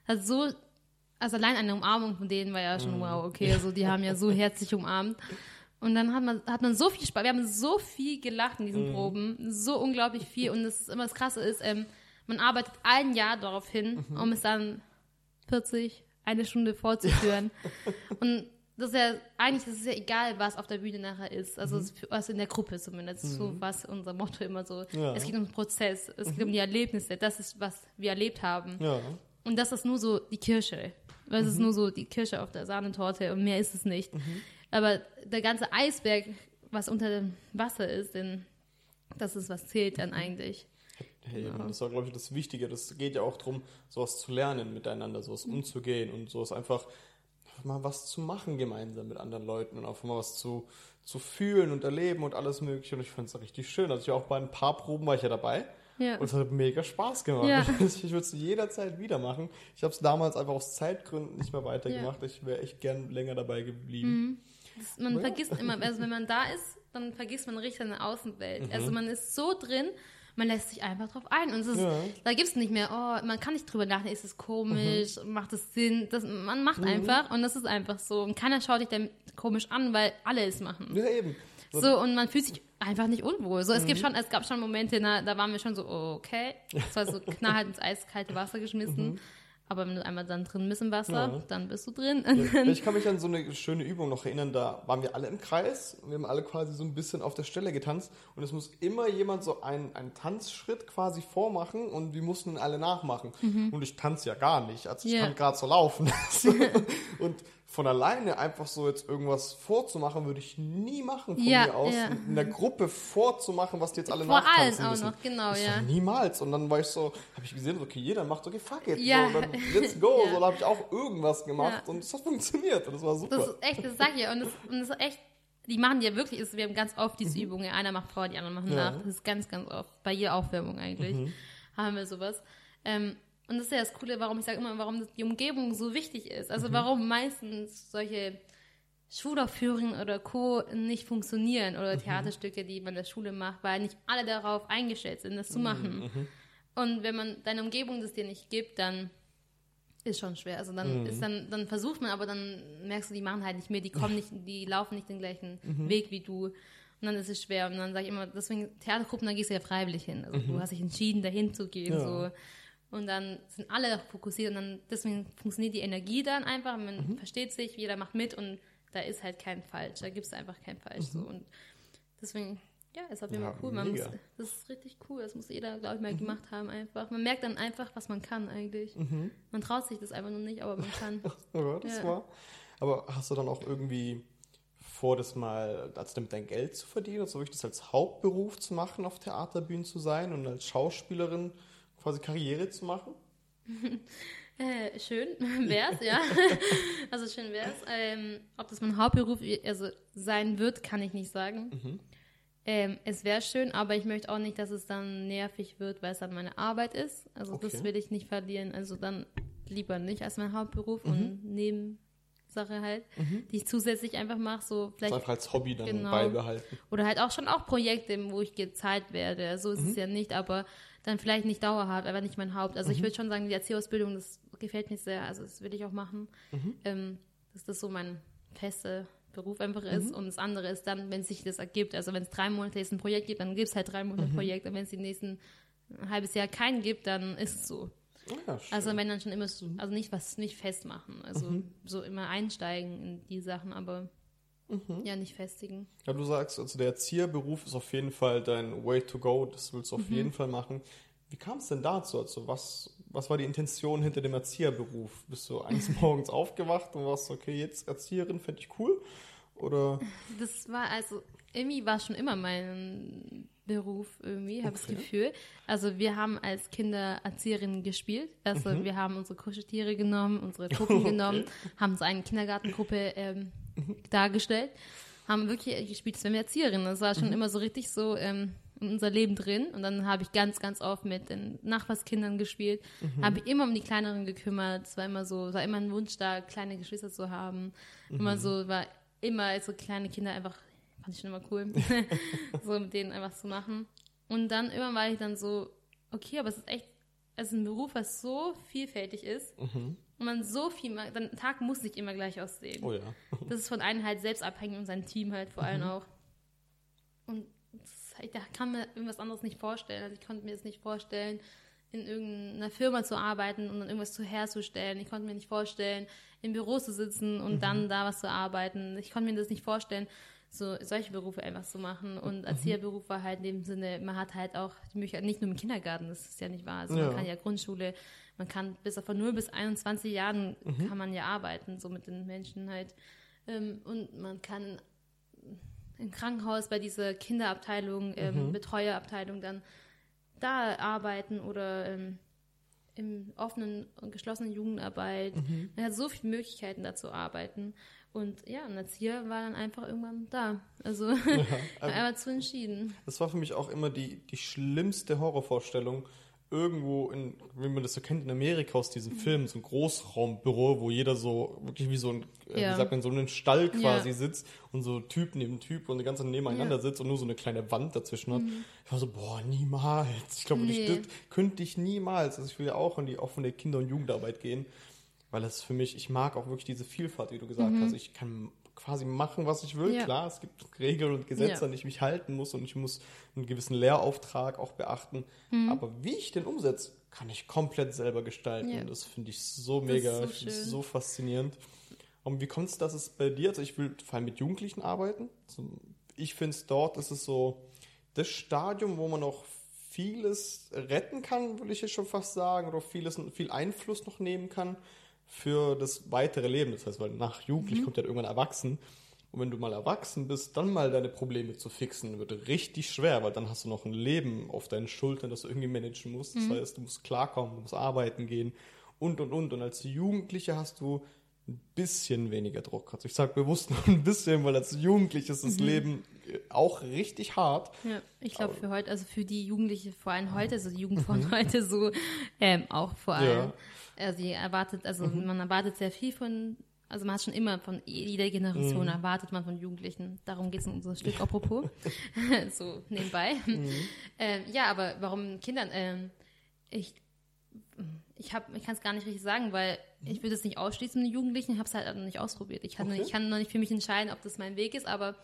allein eine Umarmung von denen war ja schon wow, okay. Also die haben ja so herzlich umarmt. Und dann hat man so viel Spaß. Wir haben so viel gelacht in diesen Proben. So unglaublich viel. Und das Krasse ist, man arbeitet ein Jahr darauf hin, um es dann eine Stunde vorzuführen. Und das ist ja egal, was auf der Bühne nachher ist. Also was in der Gruppe zumindest. So was unser Motto immer so. Ja. Es geht um den Prozess, es geht um die Erlebnisse. Das ist, was wir erlebt haben. Ja. Und das ist nur so die Kirsche. Das ist nur so die Kirsche auf der Sahnetorte und mehr ist es nicht. Aber der ganze Eisberg, was unter dem Wasser ist, das ist, was zählt dann eigentlich.
Hey, das war, glaube ich, das Wichtige. Das geht ja auch darum, sowas zu lernen miteinander, sowas umzugehen und sowas einfach mal was zu machen gemeinsam mit anderen Leuten und einfach mal was zu fühlen und erleben und alles Mögliche. Und ich fand es richtig schön. Also ich war auch bei ein paar Proben war ich ja dabei. Ja. Und es hat mega Spaß gemacht. Ja. Ich würde es jederzeit wieder machen. Ich habe es damals einfach aus Zeitgründen nicht mehr weitergemacht. Ja. Ich wäre echt gern länger dabei geblieben.
Man vergisst immer, also wenn man da ist, dann vergisst man richtig seine Außenwelt. Also man ist so drin, man lässt sich einfach drauf ein. Und da gibt es nicht mehr, man kann nicht drüber nachdenken, ist es komisch, macht es Sinn? Man macht einfach und das ist einfach so. Und keiner schaut dich dann komisch an, weil alle es machen.
Ja, eben.
So, und man fühlt sich einfach nicht unwohl. So, es gab schon Momente, da waren wir schon so, okay. Es war so knallhart ins eiskalte Wasser geschmissen. Aber wenn du einmal dann drin bist im Wasser, dann bist du drin.
Ja. Ich kann mich an so eine schöne Übung noch erinnern, da waren wir alle im Kreis und wir haben alle quasi so ein bisschen auf der Stelle getanzt und es muss immer jemand so einen Tanzschritt quasi vormachen und wir mussten alle nachmachen. Und ich tanze ja gar nicht, also ich kann gerade so laufen. Und von alleine einfach so jetzt irgendwas vorzumachen, würde ich nie machen von mir aus. Ja. In der Gruppe vorzumachen, was die jetzt alle nachtanzen müssen. Vor allem auch noch, genau, das niemals. Und dann war ich so, habe ich gesehen, okay, jeder macht, okay, fuck it. Ja. So, dann let's go. So, da habe ich auch irgendwas gemacht und es hat funktioniert. Und das war super.
Das ist echt, das sag ich ja. Und das ist echt, die machen ja wirklich, wir haben ganz oft diese Übungen. Einer macht vor, die anderen machen nach. Das ist ganz, ganz oft. Bei jeder Aufwärmung eigentlich haben wir sowas. Und das ist ja das Coole, warum die Umgebung so wichtig ist. Also warum meistens solche Schulaufführungen oder Co. nicht funktionieren oder Theaterstücke, die man in der Schule macht, weil nicht alle darauf eingestellt sind, das zu machen. Und wenn man deine Umgebung das dir nicht gibt, dann ist schon schwer. Also dann versucht man, aber dann merkst du, die machen halt nicht mehr, die laufen nicht den gleichen Weg wie du. Und dann ist es schwer. Und dann sage ich immer, deswegen Theatergruppen, da gehst du ja freiwillig hin. Also du hast dich entschieden, dahin zu gehen. So. Und dann sind alle fokussiert und dann deswegen funktioniert die Energie dann einfach, man versteht sich, jeder macht mit und da ist halt kein Falsch, da gibt es einfach kein Falsch. So. Und deswegen, ist auf jeden Fall cool. Das ist richtig cool, das muss jeder, glaube ich, mal gemacht haben einfach. Man merkt dann einfach, was man kann eigentlich. Man traut sich das einfach noch nicht, aber man kann.
Ja, das war. Aber hast du dann auch irgendwie vor, das mal, also damit dein Geld zu verdienen, also wirklich das als Hauptberuf zu machen, auf Theaterbühnen zu sein und als Schauspielerin quasi Karriere zu machen?
Schön wär's, ja. Also schön wär's. Ob das mein Hauptberuf sein wird, kann ich nicht sagen. Es wäre schön, aber ich möchte auch nicht, dass es dann nervig wird, weil es dann meine Arbeit ist. Also das will ich nicht verlieren. Also dann lieber nicht als mein Hauptberuf und Nebensache halt, die ich zusätzlich einfach mache. So vielleicht
einfach als Hobby dann beibehalten.
Oder halt auch schon Projekte, wo ich gezahlt werde. So ist es ja nicht, aber dann vielleicht nicht dauerhaft, aber nicht mein Haupt. Also ich würde schon sagen, die Erzieherausbildung, das gefällt mir sehr, also das will ich auch machen, dass das so mein fester Beruf einfach ist. Und das andere ist dann, wenn sich das ergibt, also wenn es 3 Monate jetzt ein Projekt gibt, dann gibt es halt 3 Monate Projekt. Und wenn es die nächsten ein halbes Jahr keinen gibt, dann ist es so.
Ja,
also wenn dann schon immer so, also nicht festmachen, also so immer einsteigen in die Sachen, aber ja, nicht festigen.
Ja, du sagst, also der Erzieherberuf ist auf jeden Fall dein Way to go, das willst du auf jeden Fall machen. Wie kam es denn dazu? Also was war die Intention hinter dem Erzieherberuf? Bist du eines Morgens aufgewacht und warst okay, jetzt Erzieherin, fände ich cool? Oder?
Das war irgendwie war schon immer mein Beruf irgendwie, habe ich das Gefühl. Also wir haben als Kinder Erzieherinnen gespielt. Also wir haben unsere Kuscheltiere genommen, unsere Puppen genommen, haben so eine Kindergartengruppe dargestellt, haben wirklich gespielt, als wären wir Erzieherinnen. Das war schon immer so richtig so in unser Leben drin. Und dann habe ich ganz, ganz oft mit den Nachbarskindern gespielt, habe ich immer um die Kleineren gekümmert. Es war immer ein Wunsch da, kleine Geschwister zu haben. War immer als so kleine Kinder einfach, fand ich schon immer cool, so mit denen einfach zu machen. Und dann irgendwann war ich dann so, okay, aber es ist ein Beruf, was so vielfältig ist und man so viel macht, der Tag muss nicht immer gleich aussehen.
Oh ja.
Das ist von einem halt selbst abhängig und sein Team halt vor allem auch. Und da kann man irgendwas anderes nicht vorstellen. Also ich konnte mir das nicht vorstellen, in irgendeiner Firma zu arbeiten und dann irgendwas herzustellen. Ich konnte mir nicht vorstellen, im Büro zu sitzen und dann da was zu arbeiten. Ich konnte mir das nicht vorstellen, solche Berufe einfach zu machen. Und Erzieherberuf war halt in dem Sinne, man hat halt auch die Möglichkeit, nicht nur im Kindergarten, das ist ja nicht wahr. Also man kann ja Grundschule, man kann von 0 bis 21 Jahren kann man ja arbeiten, so mit den Menschen halt. Und man kann im Krankenhaus bei dieser Kinderabteilung, Betreuerabteilung dann da arbeiten oder im offenen und geschlossenen Jugendarbeit. Man hat so viele Möglichkeiten, da zu arbeiten. Und ja, ein Erzieher war dann einfach irgendwann da. Also einmal zu entschieden.
Das war für mich auch immer die schlimmste Horrorvorstellung. Irgendwo, wie man das so kennt in Amerika aus diesen Filmen, so ein Großraumbüro, wo jeder so wirklich wie so ein, wie sagt man, so einen Stall quasi sitzt und so Typ neben Typ und die ganze nebeneinander sitzt und nur so eine kleine Wand dazwischen hat. Ich war so, boah, niemals. Ich glaube, das könnte ich niemals. Also ich will ja auch in die offene Kinder- und Jugendarbeit gehen, weil das für mich, ich mag auch wirklich diese Vielfalt, wie du gesagt hast. Ich kann quasi machen, was ich will. Ja. Klar, es gibt Regeln und Gesetze, an die ich mich halten muss und ich muss einen gewissen Lehrauftrag auch beachten. Aber wie ich den umsetze, kann ich komplett selber gestalten. Ja. Das finde ich so mega, ich finde es so faszinierend. Und wie kommt es, dass es bei dir, also ich will vor allem mit Jugendlichen arbeiten. Also ich finde es dort, ist es so das Stadium, wo man noch vieles retten kann, will ich jetzt schon fast sagen, oder viel Einfluss noch nehmen kann für das weitere Leben. Das heißt, weil nach Jugendlich kommt ja irgendwann erwachsen. Und wenn du mal erwachsen bist, dann mal deine Probleme zu fixen, wird richtig schwer, weil dann hast du noch ein Leben auf deinen Schultern, das du irgendwie managen musst. Das heißt, du musst klarkommen, du musst arbeiten gehen und. Und als Jugendliche hast du ein bisschen weniger Druck. Also ich sage bewusst noch ein bisschen, weil als Jugendliche ist das Leben auch richtig hart.
Ja, ich glaube für heute, also für die Jugendliche vor allem heute, also die Jugend von heute so auch vor allem. Ja. Also man erwartet sehr viel also man hat schon immer von jeder Generation erwartet man von Jugendlichen. Darum geht es in unserem Stück apropos. So nebenbei. Aber warum Kindern? Ich kann es gar nicht richtig sagen, weil ich würde es nicht ausschließen mit den Jugendlichen. Ich habe es halt noch nicht ausprobiert. Ich kann noch nicht für mich entscheiden, ob das mein Weg ist, aber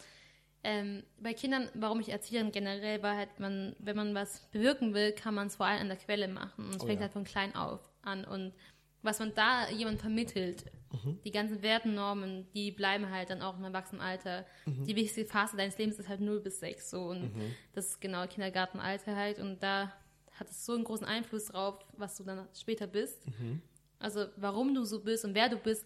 bei Kindern, warum ich Erzieherin generell war, halt wenn man was bewirken will, kann man es vor allem an der Quelle machen. Und es fängt halt von klein auf an. Und was man da jemand vermittelt, die ganzen Werten, die bleiben halt dann auch im Erwachsenenalter. Die wichtigste Phase deines Lebens ist halt 0 bis 6 so. Und das ist genau Kindergartenalter halt. Und da hat es so einen großen Einfluss drauf, was du dann später bist. Also warum du so bist und wer du bist,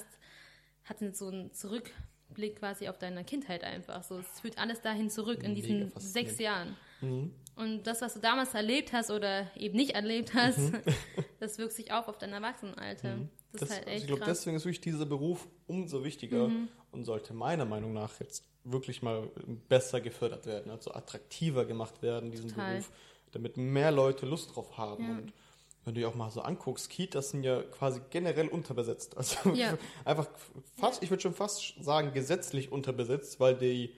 hat so einen Zurückblick quasi auf deine Kindheit einfach. So, es führt alles dahin zurück in diesen 6 Jahren. Und das, was du damals erlebt hast oder eben nicht erlebt hast, das wirkt sich auch auf dein Erwachsenenalter. Das ist halt echt
ich glaube,
krass.
deswegen ist wirklich dieser Beruf umso wichtiger und sollte meiner Meinung nach jetzt wirklich mal besser gefördert werden, also attraktiver gemacht werden, diesen Beruf, damit mehr Leute Lust drauf haben. Und wenn du dir auch mal so anguckst, Kitas sind ja quasi generell unterbesetzt. Also einfach fast, ich würde schon fast sagen, gesetzlich unterbesetzt, weil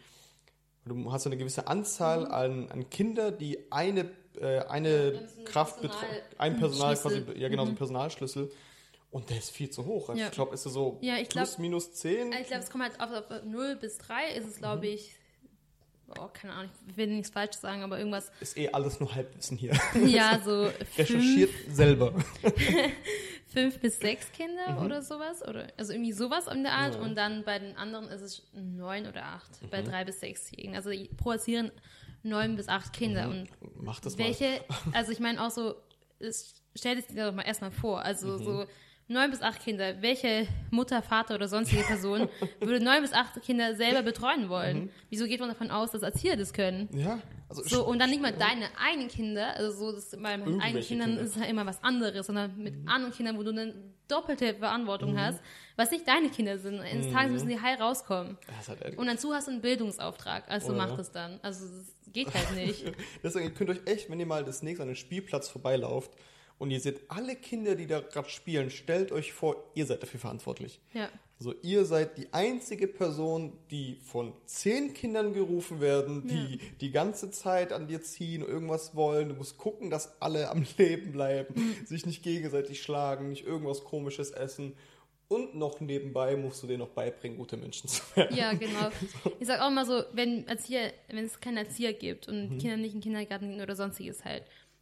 du hast eine gewisse Anzahl an Kinder, die eine Kraft betreuen, ein Personal quasi, so ein Personalschlüssel. Und der ist viel zu hoch. Also
Ja.
ich glaube, ist er so plus minus 10.
Ich glaube, es kommt halt auf 0 bis 3 ist es, glaube ich, keine Ahnung, ich will nichts falsch sagen, aber irgendwas.
Ist alles nur Halbwissen hier.
Ja, so
Recherchiert selber.
5 bis 6 Kinder oder sowas. Also irgendwie sowas in der Art. Ja. Und dann bei den anderen ist es 9 oder 8. Bei 3 bis 6-Jährigen. Also pro Erziehung 9 bis 8 Kinder. Und
mach das
welche, also ich meine auch so, stell dir das doch mal erstmal vor. Also so 9 bis 8 Kinder. Welche Mutter, Vater oder sonstige Person würde 9 bis 8 Kinder selber betreuen wollen? Wieso geht man davon aus, dass Erzieher das können?
Ja. Also
so, und dann nicht mal deine eigenen Kinder, also so, das, bei meinen eigenen Kindern ist es halt immer was anderes, sondern mit anderen Kindern, wo du eine doppelte Verantwortung hast, was nicht deine Kinder sind. Eines Tages müssen die heil rauskommen. Und dazu hast du einen Bildungsauftrag, also mach das dann. Also das geht halt nicht.
Deswegen, ihr könnt euch echt, wenn ihr mal das nächste an den Spielplatz vorbeilauft und ihr seht alle Kinder, die da gerade spielen, stellt euch vor, ihr seid dafür verantwortlich.
Ja.
Also ihr seid die einzige Person, die von 10 Kindern gerufen werden, die die ganze Zeit an dir ziehen, irgendwas wollen. Du musst gucken, dass alle am Leben bleiben, sich nicht gegenseitig schlagen, nicht irgendwas Komisches essen. Und noch nebenbei musst du denen noch beibringen, gute Menschen zu werden.
Ja, genau. Ich sag auch mal so, wenn es keinen Erzieher gibt und Kinder nicht in den Kindergarten gehen oder sonstiges halt,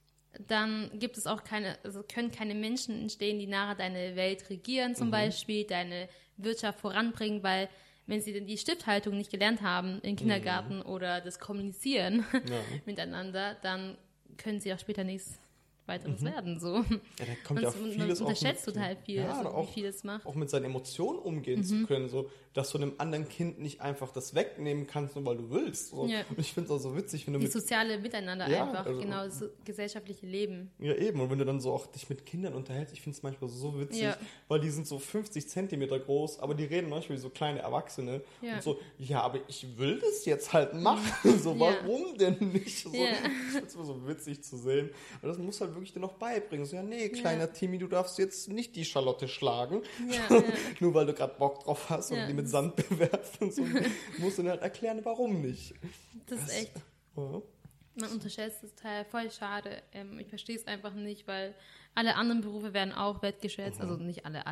dann gibt es auch können keine Menschen entstehen, die nachher deine Welt regieren zum Beispiel, deine Wirtschaft voranbringen, weil wenn sie denn die Stifthaltung nicht gelernt haben im Kindergarten oder das Kommunizieren miteinander, dann können sie auch später nichts weiteres werden. So.
Ja, da kommt ja vieles
man unterschätzt total viel, wie viel es macht.
Auch mit seinen Emotionen umgehen zu können, so, dass du einem anderen Kind nicht einfach das wegnehmen kannst, nur weil du willst. So. Ja. Und ich finde es auch so witzig, wenn du
die soziale Miteinander einfach, also, genau, das gesellschaftliche Leben.
Ja, eben. Und wenn du dann so auch dich mit Kindern unterhältst, ich finde es manchmal so witzig, weil die sind so 50 Zentimeter groß, aber die reden manchmal wie so kleine Erwachsene. Und so, ja, aber ich will das jetzt halt machen. So, warum denn nicht? So, ich finde es immer so witzig zu sehen. Und das muss halt wirklich dir noch beibringen. So, ja, nee, kleiner Timmy, du darfst jetzt nicht die Charlotte schlagen, nur weil du gerade Bock drauf hast und die mit Sand bewerfen. So, musst du dann halt erklären, warum nicht.
Das ist echt. Man unterschätzt das Teil, voll schade. Ich verstehe es einfach nicht, weil alle anderen Berufe werden auch wertgeschätzt. Also nicht alle.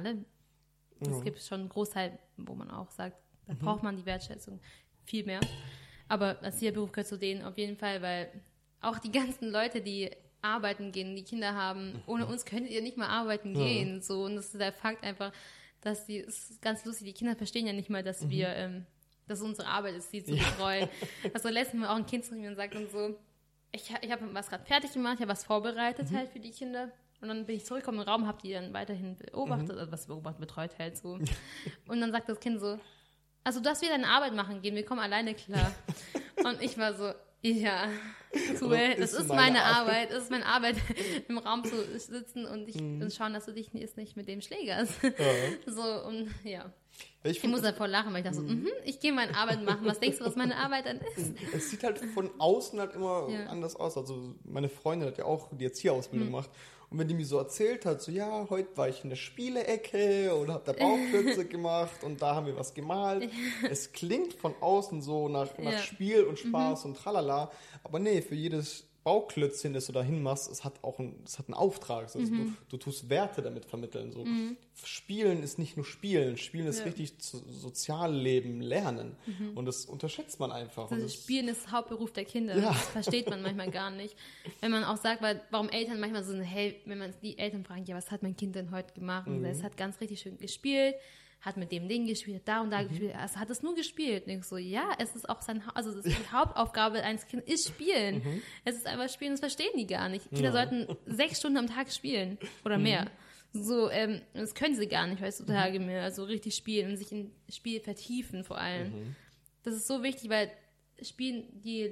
Es gibt schon einen Großteil, wo man auch sagt, da braucht man die Wertschätzung viel mehr. Aber Erzieherberuf gehört zu denen auf jeden Fall, weil auch die ganzen Leute, die arbeiten gehen, die Kinder haben, ohne uns könntet ihr nicht mal arbeiten gehen. So, und das ist der Fakt einfach, dass es ist ganz lustig, die Kinder verstehen ja nicht mal, dass dass es unsere Arbeit ist, sie zu betreuen. Also letztens Mal auch ein Kind zu mir und sagt und so, ich habe was gerade fertig gemacht, ich habe was vorbereitet halt für die Kinder. Und dann bin ich zurückgekommen im Raum, habe die dann weiterhin beobachtet, also was beobachtet, betreut halt so. Und dann sagt das Kind so, also du darfst wieder deine Arbeit machen gehen, wir kommen alleine klar. Und ich war so, ja, cool, das ist meine Arbeit. Das ist meine Arbeit, im Raum zu sitzen und schauen, dass du dich nicht mit dem schlägerst. So, und ja. Ich muss davor lachen, weil ich dachte so, ich gehe meine Arbeit machen. Was denkst du, was meine Arbeit dann ist?
Es sieht halt von außen halt immer anders aus. Also meine Freundin hat ja auch die Erzieherausbildung gemacht. Und wenn die mir so erzählt hat, so ja, heute war ich in der Spielecke oder hab da Bauklötze gemacht und da haben wir was gemalt. Es klingt von außen so nach Spiel und Spaß und tralala. Aber nee, für jedes Bauklötzchen, das du da hinmachst, es hat einen Auftrag. Also du tust Werte damit vermitteln. So. Spielen ist nicht nur Spielen. Spielen ist richtig Sozialleben, Lernen. Und das unterschätzt man einfach.
Also Spielen ist Hauptberuf der Kinder. Ja. Das versteht man manchmal gar nicht. Wenn man auch sagt, warum Eltern manchmal so, hey, wenn man die Eltern fragen, ja, was hat mein Kind denn heute gemacht? Und es hat ganz richtig schön gespielt. Hat mit dem Ding gespielt, da und da gespielt, also hat es nur gespielt. Und ich so, ja, es ist auch die Hauptaufgabe eines Kindes ist Spielen. Es ist einfach Spielen, das verstehen die gar nicht. Kinder sollten 6 Stunden am Tag spielen oder mehr. So, das können sie gar nicht heutzutage mehr, also richtig spielen und sich in Spiel vertiefen vor allem. Das ist so wichtig, weil Spielen, die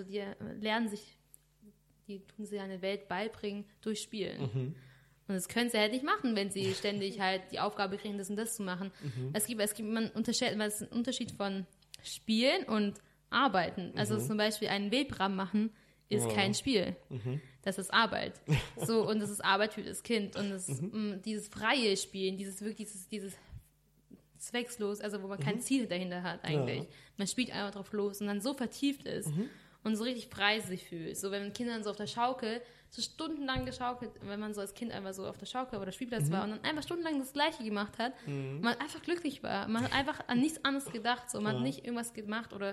lernen sich, die tun sie eine Welt beibringen durch Spielen. Und das können sie halt nicht machen, wenn sie ständig halt die Aufgabe kriegen, das und das zu machen. Es gibt einen Unterschied von Spielen und Arbeiten. Also zum Beispiel einen Webrahmen machen ist kein Spiel. Das ist Arbeit. So, und das ist Arbeit für das Kind. Und das, dieses freie Spielen, dieses zweckslos, also wo man kein Ziel dahinter hat eigentlich. Man spielt einfach drauf los und dann so vertieft ist und so richtig frei sich fühlt. So, wenn Kinder so auf der Schaukel so stundenlang geschaukelt, wenn man so als Kind einfach so auf der Schaukel oder Spielplatz war und dann einfach stundenlang das Gleiche gemacht hat. Man einfach glücklich war. Man hat einfach an nichts anderes gedacht. So. Man hat nicht irgendwas gemacht oder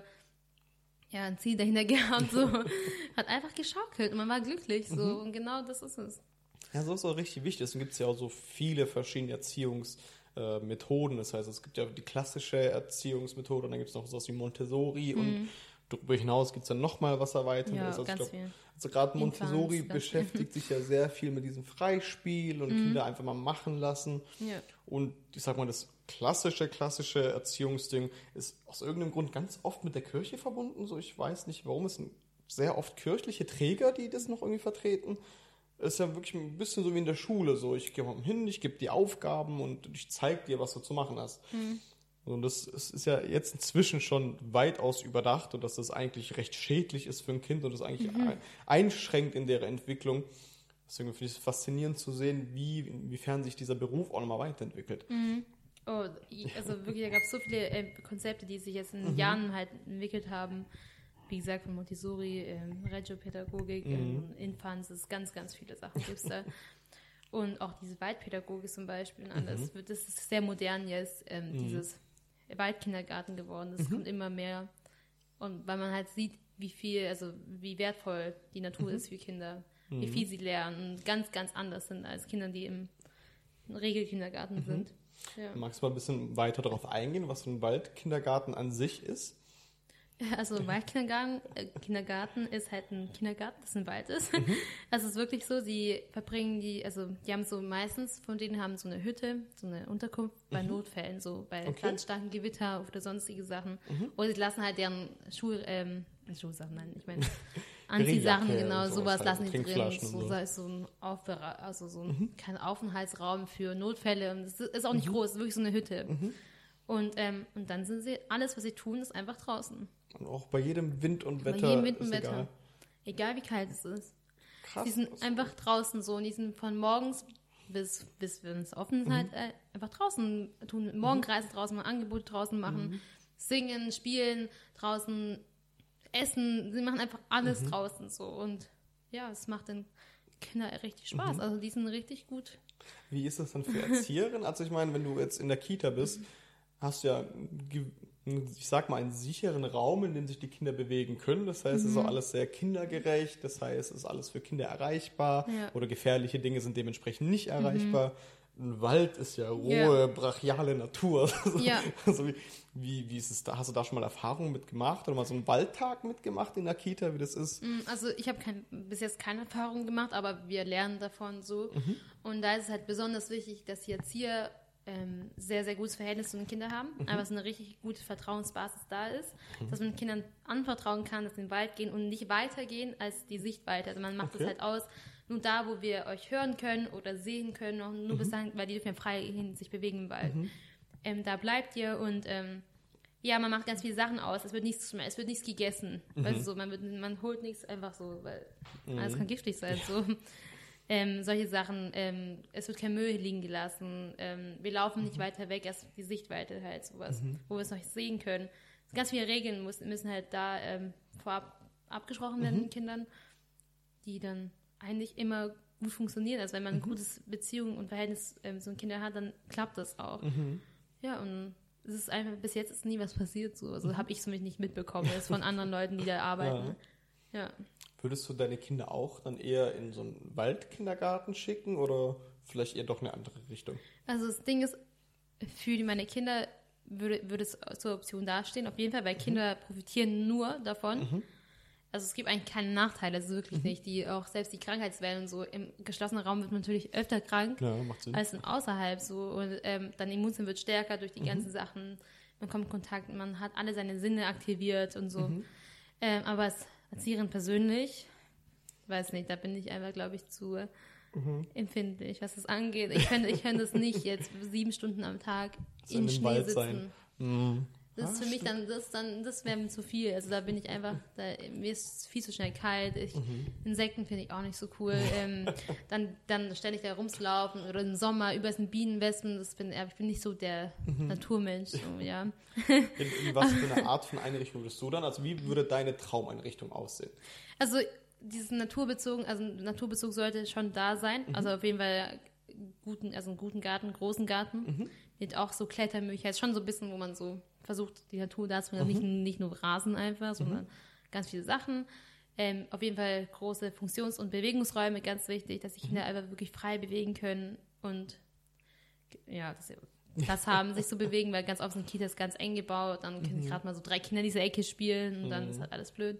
ein Ziel dahinter gehabt. So. Hat einfach geschaukelt und man war glücklich. So. Und genau das ist es.
Ja, so ist auch richtig wichtig. Deswegen gibt es ja auch so viele verschiedene Erziehungsmethoden. Das heißt, es gibt ja die klassische Erziehungsmethode und dann gibt es noch sowas wie Montessori und darüber hinaus gibt es dann nochmal was Erweiterndes.
Ja, ganz viel.
Also gerade Montessori beschäftigt sich ja sehr viel mit diesem Freispiel und Kinder einfach mal machen lassen.
Ja.
Und ich sag mal, das klassische Erziehungsding ist aus irgendeinem Grund ganz oft mit der Kirche verbunden. So, ich weiß nicht warum. Es sind sehr oft kirchliche Träger, die das noch irgendwie vertreten. Es ist ja wirklich ein bisschen so wie in der Schule. So, ich gehe mal hin, ich gebe dir Aufgaben und ich zeige dir, was du zu machen hast. Und das ist ja jetzt inzwischen schon weitaus überdacht und dass das eigentlich recht schädlich ist für ein Kind und das eigentlich einschränkt in deren Entwicklung. Deswegen finde ich es faszinierend zu sehen, inwiefern sich dieser Beruf auch nochmal weiterentwickelt.
Oh, also wirklich, da gab es so viele Konzepte, die sich jetzt in den Jahren halt entwickelt haben. Wie gesagt, von Montessori, Regiopädagogik, Infanz, ganz, ganz viele Sachen gibt es da. Und auch diese Waldpädagogik zum Beispiel und alles. Das ist sehr modern jetzt, dieses Waldkindergarten geworden. Das kommt immer mehr. Und weil man halt sieht, wie wertvoll die Natur ist für Kinder, wie viel sie lernen und ganz, ganz anders sind als Kinder, die im Regelkindergarten sind. Ja.
Magst du mal ein bisschen weiter darauf eingehen, was so ein Waldkindergarten an sich ist?
Also Waldkindergarten ist halt ein Kindergarten, das ein Wald ist. Also es ist wirklich so, die haben so meistens, von denen haben so eine Hütte, so eine Unterkunft bei Notfällen, so bei ganz starken Gewitter oder sonstige Sachen. Oder sie lassen halt deren Schulsachen, nein, ich meine Anziehsachen, genau, sowas lassen die drin. So ist so ein kein Aufenthaltsraum für Notfälle. Und es ist auch nicht groß, es ist wirklich so eine Hütte. Und dann sind sie, alles, was sie tun, ist einfach draußen.
Und auch bei jedem Wind und Wetter.
Bei jedem Wind und Wetter. Egal wie kalt es ist.
Krass.
Die sind einfach draußen so und die sind von morgens bis wenn es offen ist, halt einfach draußen tun. Morgenkreise draußen, Angebote draußen machen, singen, spielen, draußen essen. Sie machen einfach alles draußen so. Und ja, es macht den Kindern richtig Spaß. Also die sind richtig gut.
Wie ist das dann für Erzieherinnen? Also ich meine, wenn du jetzt in der Kita bist, hast du ja, ich sag mal, einen sicheren Raum, in dem sich die Kinder bewegen können. Das heißt, es ist auch alles sehr kindergerecht. Das heißt, es ist alles für Kinder erreichbar. Ja. Oder gefährliche Dinge sind dementsprechend nicht erreichbar. Ein Wald ist ja rohe, brachiale Natur.
Ja.
Also wie ist es da? Hast du da schon mal Erfahrungen mitgemacht oder mal so einen Waldtag mitgemacht in der Kita, wie das ist?
Also ich habe bis jetzt keine Erfahrung gemacht, aber wir lernen davon so. Und da ist es halt besonders wichtig, dass die Erzieher sehr, sehr gutes Verhältnis zu den Kindern haben, aber so eine richtig gute Vertrauensbasis da ist, dass man den Kindern anvertrauen kann, dass sie in den Wald gehen und nicht weitergehen als die Sichtweite. Also man macht das halt aus, nur da, wo wir euch hören können oder sehen können, noch nur bis dahin, weil die dürfen ja frei sich bewegen im Wald. Da bleibt ihr und man macht ganz viele Sachen aus. Es wird nichts gegessen. Weißt du, so, man holt nichts einfach so, weil alles kann giftig sein. So. Solche Sachen, es wird kein Müll liegen gelassen, wir laufen nicht weiter weg, erst die Sichtweite halt, sowas, wo wir es noch sehen können. Ganz viele Regeln müssen halt da vorab abgesprochen werden mit den Kindern, die dann eigentlich immer gut funktionieren. Also wenn man eine gute Beziehung und Verhältnis zu den Kindern hat, dann klappt das auch. Ja, und es ist einfach, bis jetzt ist nie was passiert so. Also habe ich es nicht mitbekommen, das ist von anderen Leuten, die da arbeiten. Ja.
Würdest du deine Kinder auch dann eher in so einen Waldkindergarten schicken oder vielleicht eher doch eine andere Richtung?
Also das Ding ist, für meine Kinder würde es zur Option dastehen, auf jeden Fall, weil Kinder profitieren nur davon. Also es gibt eigentlich keine Nachteile, also wirklich nicht. Selbst die Krankheitswellen und so, im geschlossenen Raum wird man natürlich öfter krank als außerhalb. So. Und dann Immunsystem wird stärker durch die ganzen Sachen. Man kommt in Kontakt, man hat alle seine Sinne aktiviert und so. Aber als Erzieherin persönlich, weiß nicht, da bin ich einfach, glaube ich, zu empfindlich, was das angeht. Ich könnte es nicht jetzt 7 Stunden am Tag im Schnee sitzen. Das ist für mich das wäre mir zu viel. Also da bin ich einfach, mir ist viel zu schnell kalt. Insekten finde ich auch nicht so cool. Dann ständig da rumzulaufen oder im Sommer über den Bienen, Wespen, ich bin nicht so der Naturmensch. So, ja.
In was für eine Art von Einrichtung bist du dann? Also wie würde deine Traumeinrichtung aussehen?
Also dieses Naturbezug sollte schon da sein. Also auf jeden Fall einen guten Garten, großen Garten. Mit auch so Klettermöglichkeiten. Schon so ein bisschen, wo man so versucht, die Natur darzubringen. Nicht nur Rasen einfach, sondern ganz viele Sachen. Auf jeden Fall große Funktions- und Bewegungsräume, ganz wichtig, dass sich Kinder einfach wirklich frei bewegen können und ja, dass sie Platz haben, sich zu bewegen, weil ganz oft sind Kitas ganz eng gebaut, dann können gerade mal so 3 Kinder in dieser Ecke spielen und dann ist halt alles blöd.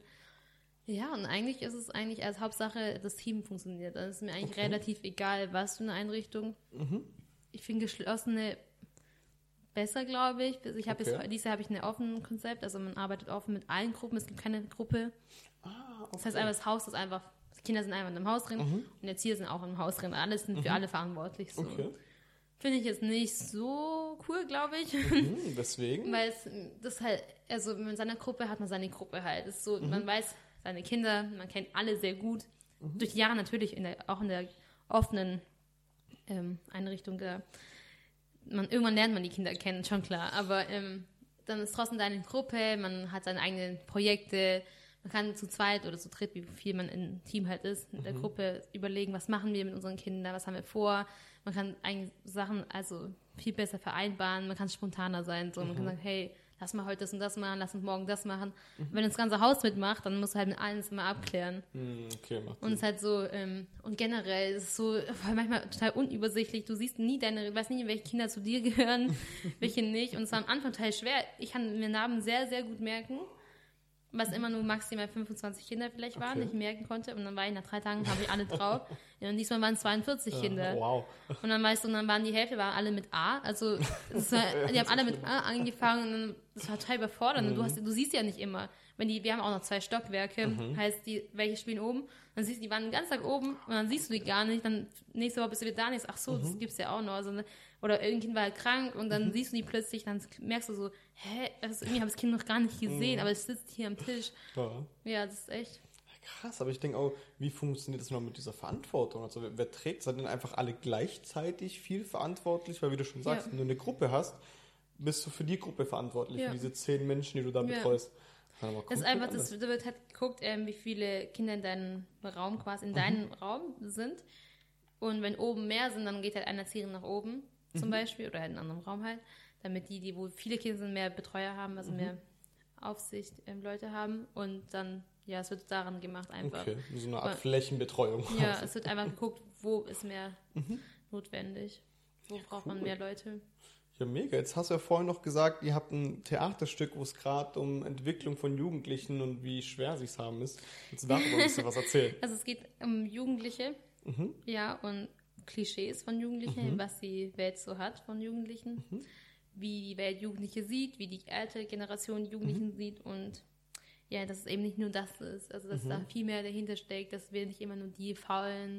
Ja, und eigentlich ist es als Hauptsache, das Team funktioniert. Das ist mir eigentlich relativ egal, was für eine Einrichtung. Ich finde geschlossene besser, glaube ich. Dieses Jahr habe ich ein offenes Konzept, also man arbeitet offen mit allen Gruppen, es gibt keine Gruppe. Das heißt einfach, das Haus ist einfach, die Kinder sind einfach in einem Haus drin und die Erzieher sind auch im Haus drin. Alle sind für alle verantwortlich. So. Finde ich jetzt nicht so cool, glaube ich.
Deswegen?
Weil das halt, also mit seiner Gruppe hat man seine Gruppe halt. Es ist so, man weiß seine Kinder, man kennt alle sehr gut. Durch die Jahre natürlich auch in der offenen Einrichtung. Irgendwann lernt man die Kinder kennen, schon klar. Aber dann ist trotzdem deine Gruppe, man hat seine eigenen Projekte. Man kann zu zweit oder zu dritt, wie viel man im Team halt ist, in der Gruppe überlegen, was machen wir mit unseren Kindern, was haben wir vor. Man kann eigentlich Sachen also viel besser vereinbaren, man kann spontaner sein. So. Man kann sagen, hey, lass mal heute das und das machen, lass uns morgen das machen. Wenn das ganze Haus mitmacht, dann musst du halt mit allen immer abklären. Und es ist halt so, und generell ist es so manchmal total unübersichtlich. Du siehst weißt nie, welche Kinder zu dir gehören, welche nicht. Und es war am Anfang total schwer. Ich kann mir Namen sehr, sehr gut merken. Was immer nur maximal 25 Kinder vielleicht waren, die ich merken konnte. Und dann war ich nach 3 Tagen, habe ich alle drauf. Ja, und diesmal waren es 42 Kinder.
Wow.
Und dann dann waren die Hälfte waren alle mit A. Also die haben alle mit A angefangen. Und das war total überfordernd. Und du siehst ja nicht immer. Wir haben auch noch 2 Stockwerke, heißt welche spielen oben. Dann siehst du, die waren den ganzen Tag oben und dann siehst du die gar nicht. Dann nächste Woche bist du wieder da und denkst, ach so, das gibt's ja auch noch. Also, oder irgendein Kind war halt krank und dann siehst du die plötzlich, dann merkst du so, irgendwie habe ich das Kind noch gar nicht gesehen, aber es sitzt hier am Tisch. Ja, das ist echt
krass, aber ich denke auch, wie funktioniert das noch mit dieser Verantwortung? Also wer trägt es? Sind denn einfach alle gleichzeitig viel verantwortlich? Weil wie du schon sagst, wenn du eine Gruppe hast, bist du für die Gruppe verantwortlich, für diese 10 Menschen, die du da betreust.
Das ist einfach, das wird halt geguckt, wie viele Kinder in deinem Raum quasi, in deinem Raum sind. Und wenn oben mehr sind, dann geht halt eine Erzieherin nach oben zum Beispiel oder halt in einem anderen Raum halt, damit die, wo viele Kinder sind, mehr Betreuer haben, also mehr Aufsicht Leute haben. Und dann, ja, es wird daran gemacht einfach.
Okay, so eine Art Flächenbetreuung.
Ja, es wird einfach geguckt, wo ist mehr notwendig, wo braucht man mehr Leute.
Ja, mega. Jetzt hast du ja vorhin noch gesagt, ihr habt ein Theaterstück, wo es gerade um Entwicklung von Jugendlichen und wie schwer sie es haben ist. Willst du darüber ein bisschen was erzählen?
Also es geht um Jugendliche, ja, und Klischees von Jugendlichen, was die Welt so hat von Jugendlichen, wie die Welt Jugendliche sieht, wie die ältere Generation Jugendlichen sieht und ja, dass es eben nicht nur das ist, also dass da viel mehr dahinter steckt, dass wir nicht immer nur die faulen,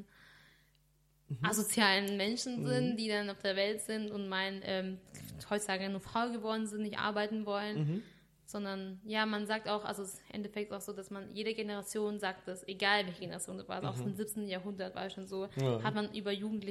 asozialen Menschen sind, die dann auf der Welt sind und meinen, heutzutage nur faul geworden sind, nicht arbeiten wollen, sondern ja, man sagt auch, also es ist im Endeffekt auch so, dass man, jede Generation sagt das, egal welche Generation das war, auch im 17. Jahrhundert war es schon so, hat man über junge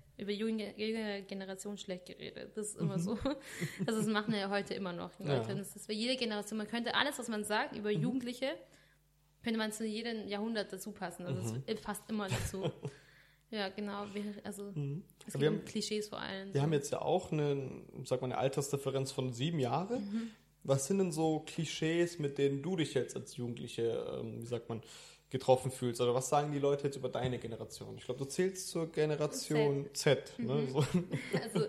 Generation schlecht geredet. Das ist immer so. Also das machen wir ja heute immer noch. Leute. Das ist für jede Generation, man könnte alles, was man sagt über Jugendliche, könnte man zu jedem Jahrhundert dazu passen. Also es passt immer dazu. Ja, genau. Also es gibt um Klischees vor allem.
Wir haben jetzt ja auch eine Altersdifferenz von 7 Jahren. Was sind denn so Klischees, mit denen du dich jetzt als Jugendliche, getroffen fühlst? Oder was sagen die Leute jetzt über deine Generation? Ich glaube, du zählst zur Generation Z. Ne? So.
Also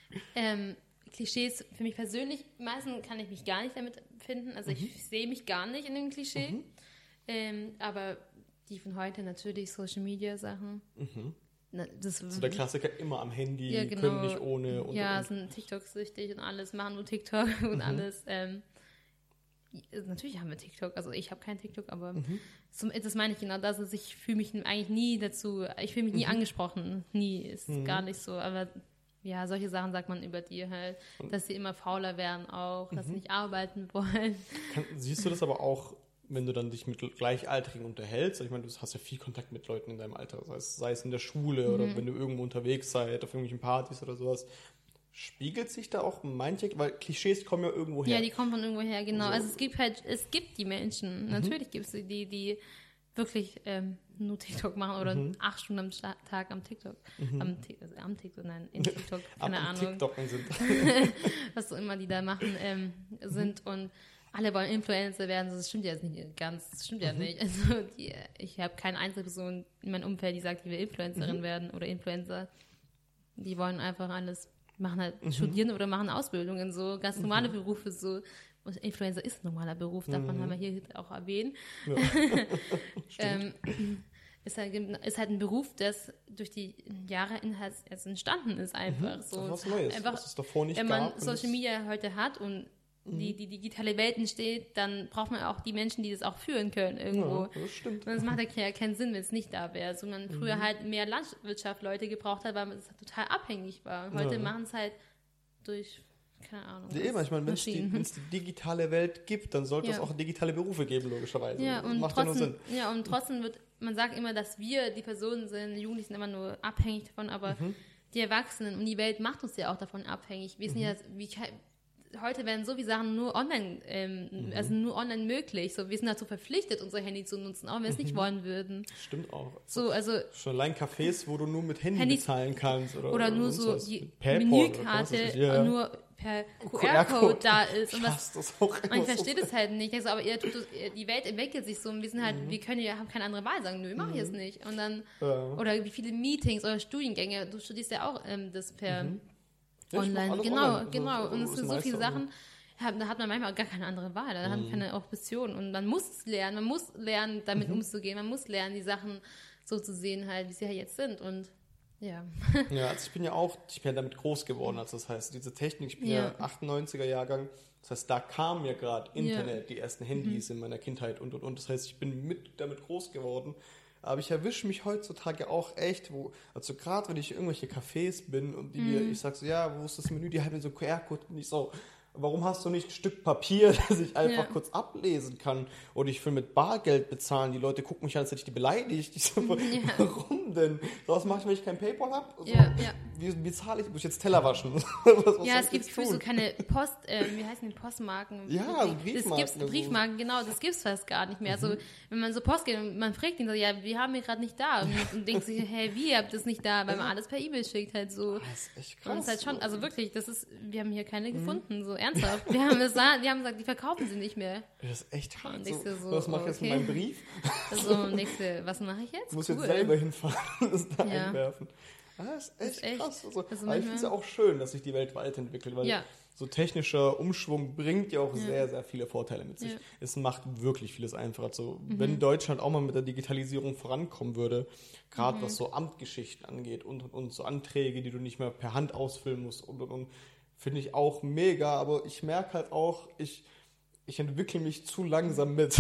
Klischees für mich persönlich, meistens kann ich mich gar nicht damit finden. Also ich sehe mich gar nicht in dem Klischee. Aber die von heute natürlich Social Media Sachen. Das
so der Klassiker, immer am Handy,
ja, genau.
können nicht ohne.
Sind TikTok-süchtig und alles, machen nur TikTok und alles. Natürlich haben wir TikTok, also ich habe kein TikTok, aber das meine ich genau, dass ich fühle mich eigentlich nie dazu, ich fühle mich nie angesprochen, nie, ist gar nicht so, aber ja, solche Sachen sagt man über die halt, dass sie immer fauler werden auch, dass sie nicht arbeiten wollen.
Siehst du das aber auch, wenn du dann dich mit Gleichaltrigen unterhältst? Ich meine, du hast ja viel Kontakt mit Leuten in deinem Alter, sei es in der Schule oder wenn du irgendwo unterwegs seid, auf irgendwelchen Partys oder sowas. Spiegelt sich da auch manche, weil Klischees kommen ja irgendwo her.
Ja, die kommen von irgendwo her, genau. Also es gibt die Menschen, natürlich gibt es die wirklich nur TikTok machen oder 8 Stunden am Tag am TikTok. Am TikTok, nein, in TikTok, keine Ahnung.
TikToken sind.
Was so immer die da machen sind und alle wollen Influencer werden, das stimmt ja nicht ganz, das stimmt ja nicht. Also ich habe keine einzige Person in meinem Umfeld, die sagt, die will Influencerin werden oder Influencer. Die wollen einfach alles machen, halt studieren oder machen Ausbildungen, so ganz normale Berufe, so. Und Influencer ist ein normaler Beruf, davon haben wir hier auch erwähnt. Ja. Ist halt ein Beruf, das durch die Jahre erst entstanden ist einfach. So.
Das ist was Neues,
einfach,
was es davor nicht
wenn
gab.
Wenn man Social Media heute hat und die digitale Welt entsteht, dann braucht man auch die Menschen, die das auch führen können irgendwo.
Ja, das stimmt.
Und das macht ja keinen Sinn, wenn es nicht da wäre. So man früher halt mehr Landwirtschaft Leute gebraucht hat, weil man total abhängig war. Und heute machen es halt durch, keine Ahnung.
Ja, eben, ich meine, wenn es die digitale Welt gibt, dann sollte es auch digitale Berufe geben, logischerweise.
Ja, und
macht
trotzdem,
ja nur Sinn.
Ja, und trotzdem man sagt immer, dass wir die Personen sind, die Jugendlichen sind immer nur abhängig davon, aber die Erwachsenen und die Welt macht uns ja auch davon abhängig. Wir sind ja, heute werden so viele Sachen nur online, also nur online möglich. So, wir sind dazu verpflichtet, unser Handy zu nutzen, auch wenn wir es nicht wollen würden.
Stimmt auch.
So, also
schon allein Cafés, wo du nur mit Handy bezahlen kannst.
Oder nur so die Menükarte nur per QR-Code da ist. Und ich verstehe das halt nicht. Ich so, aber die Welt entwickelt sich so und wir sind halt, haben keine andere Wahl, sagen, nö, mach ich es nicht. Und dann, oder wie viele Meetings oder Studiengänge, du studierst ja auch das per online, genau. Und es sind so viele Sachen, da hat man manchmal auch gar keine andere Wahl, da hat man keine Option. Und man muss es lernen, damit umzugehen, man muss lernen, die Sachen so zu sehen, halt, wie sie halt jetzt sind. Und ja.
Ja, also ich bin ja damit groß geworden, also das heißt, diese Technik, ich bin ja 98er Jahrgang, das heißt, da kam ja gerade Internet, die ersten Handys in meiner Kindheit und. Das heißt, ich bin damit groß geworden. Aber ich erwische mich heutzutage auch echt, also gerade wenn ich in irgendwelche Cafés bin und ich sag so, ja, wo ist das Menü, die haben mir so QR-Code und ich so, warum hast du nicht ein Stück Papier, das ich einfach kurz ablesen kann? Oder ich will mit Bargeld bezahlen, die Leute gucken mich an, als hätte ich die beleidigt. Ich so, warum denn? Was mache ich, wenn ich kein PayPal habe? Also, wie zahle ich? Muss ich jetzt Teller waschen?
Es gibt für so keine Post, wie heißen die Postmarken?
Ja, so Briefmarken.
Briefmarken, genau, das gibt's fast gar nicht mehr. Also, wenn man so Post geht und man fragt ihn so, ja, wir haben hier gerade nicht da. Und denkt sich, hey, wie, ihr habt das nicht da? Weil man alles per E-Mail schickt halt so.
Das ist echt krass.
Und es ist halt schon, also wirklich, wir haben hier keine gefunden, so ernsthaft. Wir haben gesagt, die verkaufen sie nicht mehr.
Das ist echt hart.
So,
was mache ich jetzt mit meinem Brief?
Was mache ich jetzt?
Ich muss jetzt selber hinfahren und das da einwerfen. Das ist echt krass. Aber ich finde es ja auch schön, dass sich die Welt weiterentwickelt, weil so technischer Umschwung bringt ja auch sehr, sehr viele Vorteile mit sich. Ja. Es macht wirklich vieles einfacher. Also, wenn Deutschland auch mal mit der Digitalisierung vorankommen würde, gerade was so Amtgeschichten angeht und so Anträge, die du nicht mehr per Hand ausfüllen musst und finde ich auch mega, aber ich merke halt auch, ich entwickle mich zu langsam mit.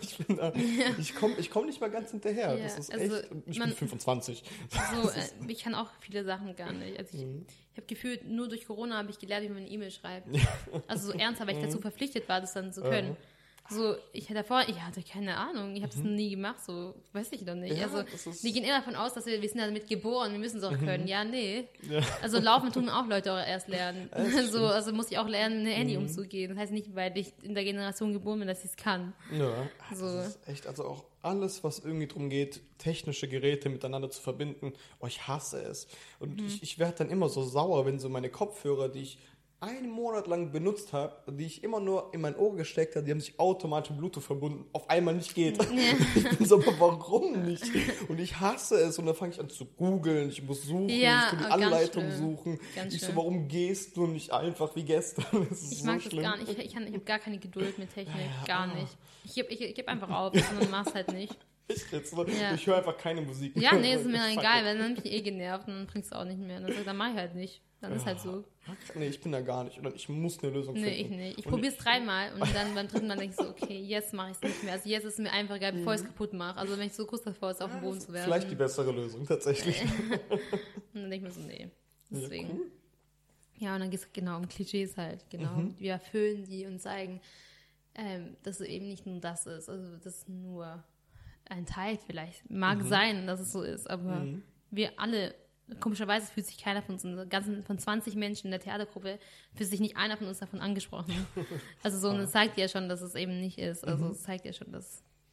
Ich komm nicht mal ganz hinterher.
Ja,
das ist echt. Ich bin 25.
Ich kann auch viele Sachen gar nicht. Also ich habe gefühlt, nur durch Corona habe ich gelernt, wie man eine E-Mail schreibt. Also so ernsthaft, weil ich dazu verpflichtet war, das dann zu können. So, ich hatte keine Ahnung, ich habe das nie gemacht, so, weiß ich doch nicht.
Ja,
also, die gehen immer davon aus, dass wir sind damit geboren, wir müssen es auch können. Ja, nee. Ja. Also, laufen tun auch Leute auch erst lernen. Also muss ich auch lernen, mit Handy umzugehen. Das heißt nicht, weil ich in der Generation geboren bin, dass ich es kann.
Ja, das ist echt, also auch alles, was irgendwie darum geht, technische Geräte miteinander zu verbinden, ich hasse es. Und ich werde dann immer so sauer, wenn so meine Kopfhörer, die ich einen Monat lang benutzt habe, die ich immer nur in mein Ohr gesteckt habe, die haben sich automatisch mit Bluetooth verbunden, auf einmal nicht geht. Ja. Ich bin so, aber warum nicht? Und ich hasse es und dann fange ich an zu googeln, ich muss suchen, ich muss die Anleitung suchen. So, warum gehst du nicht einfach wie gestern?
Ich mag das gar nicht, ich habe gar keine Geduld mit Technik, gar nicht. Ich geb einfach auf und dann mach's halt nicht.
Ich höre einfach keine Musik mehr.
Ja, nee, ist mir dann egal, weil dann bin ich genervt und dann bringst du auch nicht mehr. Dann mach ich halt nicht. Dann ist halt so.
Nee, ich bin da gar nicht. Oder ich muss eine Lösung finden.
Nee, ich nicht. Ich probiere es 3-mal und dann beim 3. Mal denke ich so, okay, jetzt mache ich es nicht mehr. Also jetzt ist es mir einfach egal, bevor ich es kaputt mache. Also wenn ich so kurz davor ist, auf den Boden zu werfen.
Vielleicht die bessere Lösung, tatsächlich.
Und dann denke ich mir so, nee. Deswegen. Ja, cool. Ja, und dann geht es genau um Klischees halt. Genau. Wir erfüllen die und zeigen, dass es eben nicht nur das ist. Also das ist nur ein Teil vielleicht. Mag sein, dass es so ist, aber wir alle... Komischerweise fühlt sich keiner von uns, von 20 Menschen in der Theatergruppe, fühlt sich nicht einer von uns davon angesprochen. Also das zeigt ja schon, dass es eben nicht ist. Also es zeigt ja schon, dass...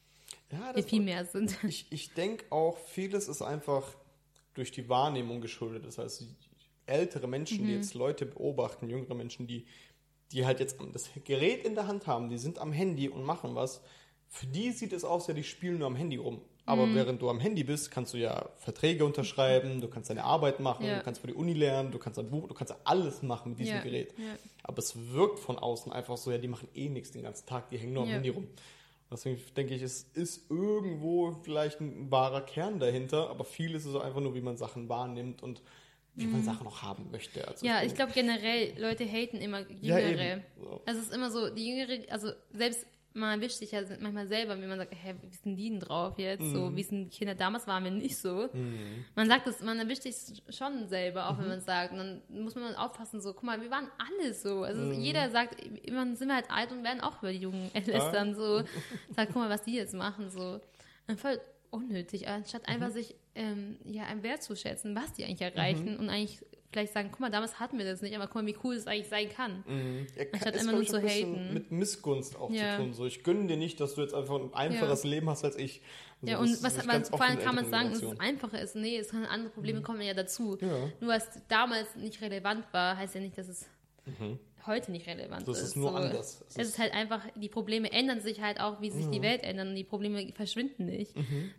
Ja,
wir viel mehr sind.
Ich denke auch, vieles ist einfach durch die Wahrnehmung geschuldet. Das heißt, ältere Menschen, die jetzt Leute beobachten, jüngere Menschen, die halt jetzt das Gerät in der Hand haben, die sind am Handy und machen was. Für die sieht es aus, ja, die spielen nur am Handy rum. Aber während du am Handy bist, kannst du ja Verträge unterschreiben, du kannst deine Arbeit machen, du kannst für die Uni lernen, du kannst ein Buch, du kannst alles machen mit diesem Gerät.
Ja.
Aber es wirkt von außen einfach so, ja, die machen eh nichts den ganzen Tag, die hängen nur am Handy rum. Deswegen denke ich, es ist irgendwo vielleicht ein wahrer Kern dahinter, aber viel ist es so einfach nur, wie man Sachen wahrnimmt und wie man Sachen noch haben möchte. Also
ja, ich glaube generell, Leute haten immer Jüngere. So. Also es ist immer so, die Jüngere, also selbst man erwischt sich ja manchmal selber, wenn man sagt, hä, wie sind die denn drauf jetzt? So, wie sind die Kinder? Damals waren wir nicht so. Man erwischt sich schon selber, auch wenn man sagt. Und dann muss man aufpassen, so, guck mal, wir waren alle so. Also jeder sagt, irgendwann sind wir halt alt und werden auch über die Jungen lästern, so. Sagt, guck mal, was die jetzt machen, so. Und voll unnötig, anstatt einfach sich, einen Wert zu schätzen, was die eigentlich erreichen und eigentlich vielleicht sagen, guck mal, damals hatten wir das nicht, aber guck mal, wie cool es eigentlich sein kann. Anstatt immer nur zu haten.
Mit Missgunst auch zu tun. So, ich gönne dir nicht, dass du jetzt einfach ein einfaches Leben hast als ich. Also
ja, und vor allem kann man sagen, dass es einfacher ist. Nee, es kann andere Probleme kommen ja dazu. Ja. Nur was damals nicht relevant war, heißt ja nicht, dass es heute nicht relevant ist.
Das ist nur anders.
Es ist halt einfach, die Probleme ändern sich halt auch, wie sich die Welt ändert und die Probleme verschwinden nicht.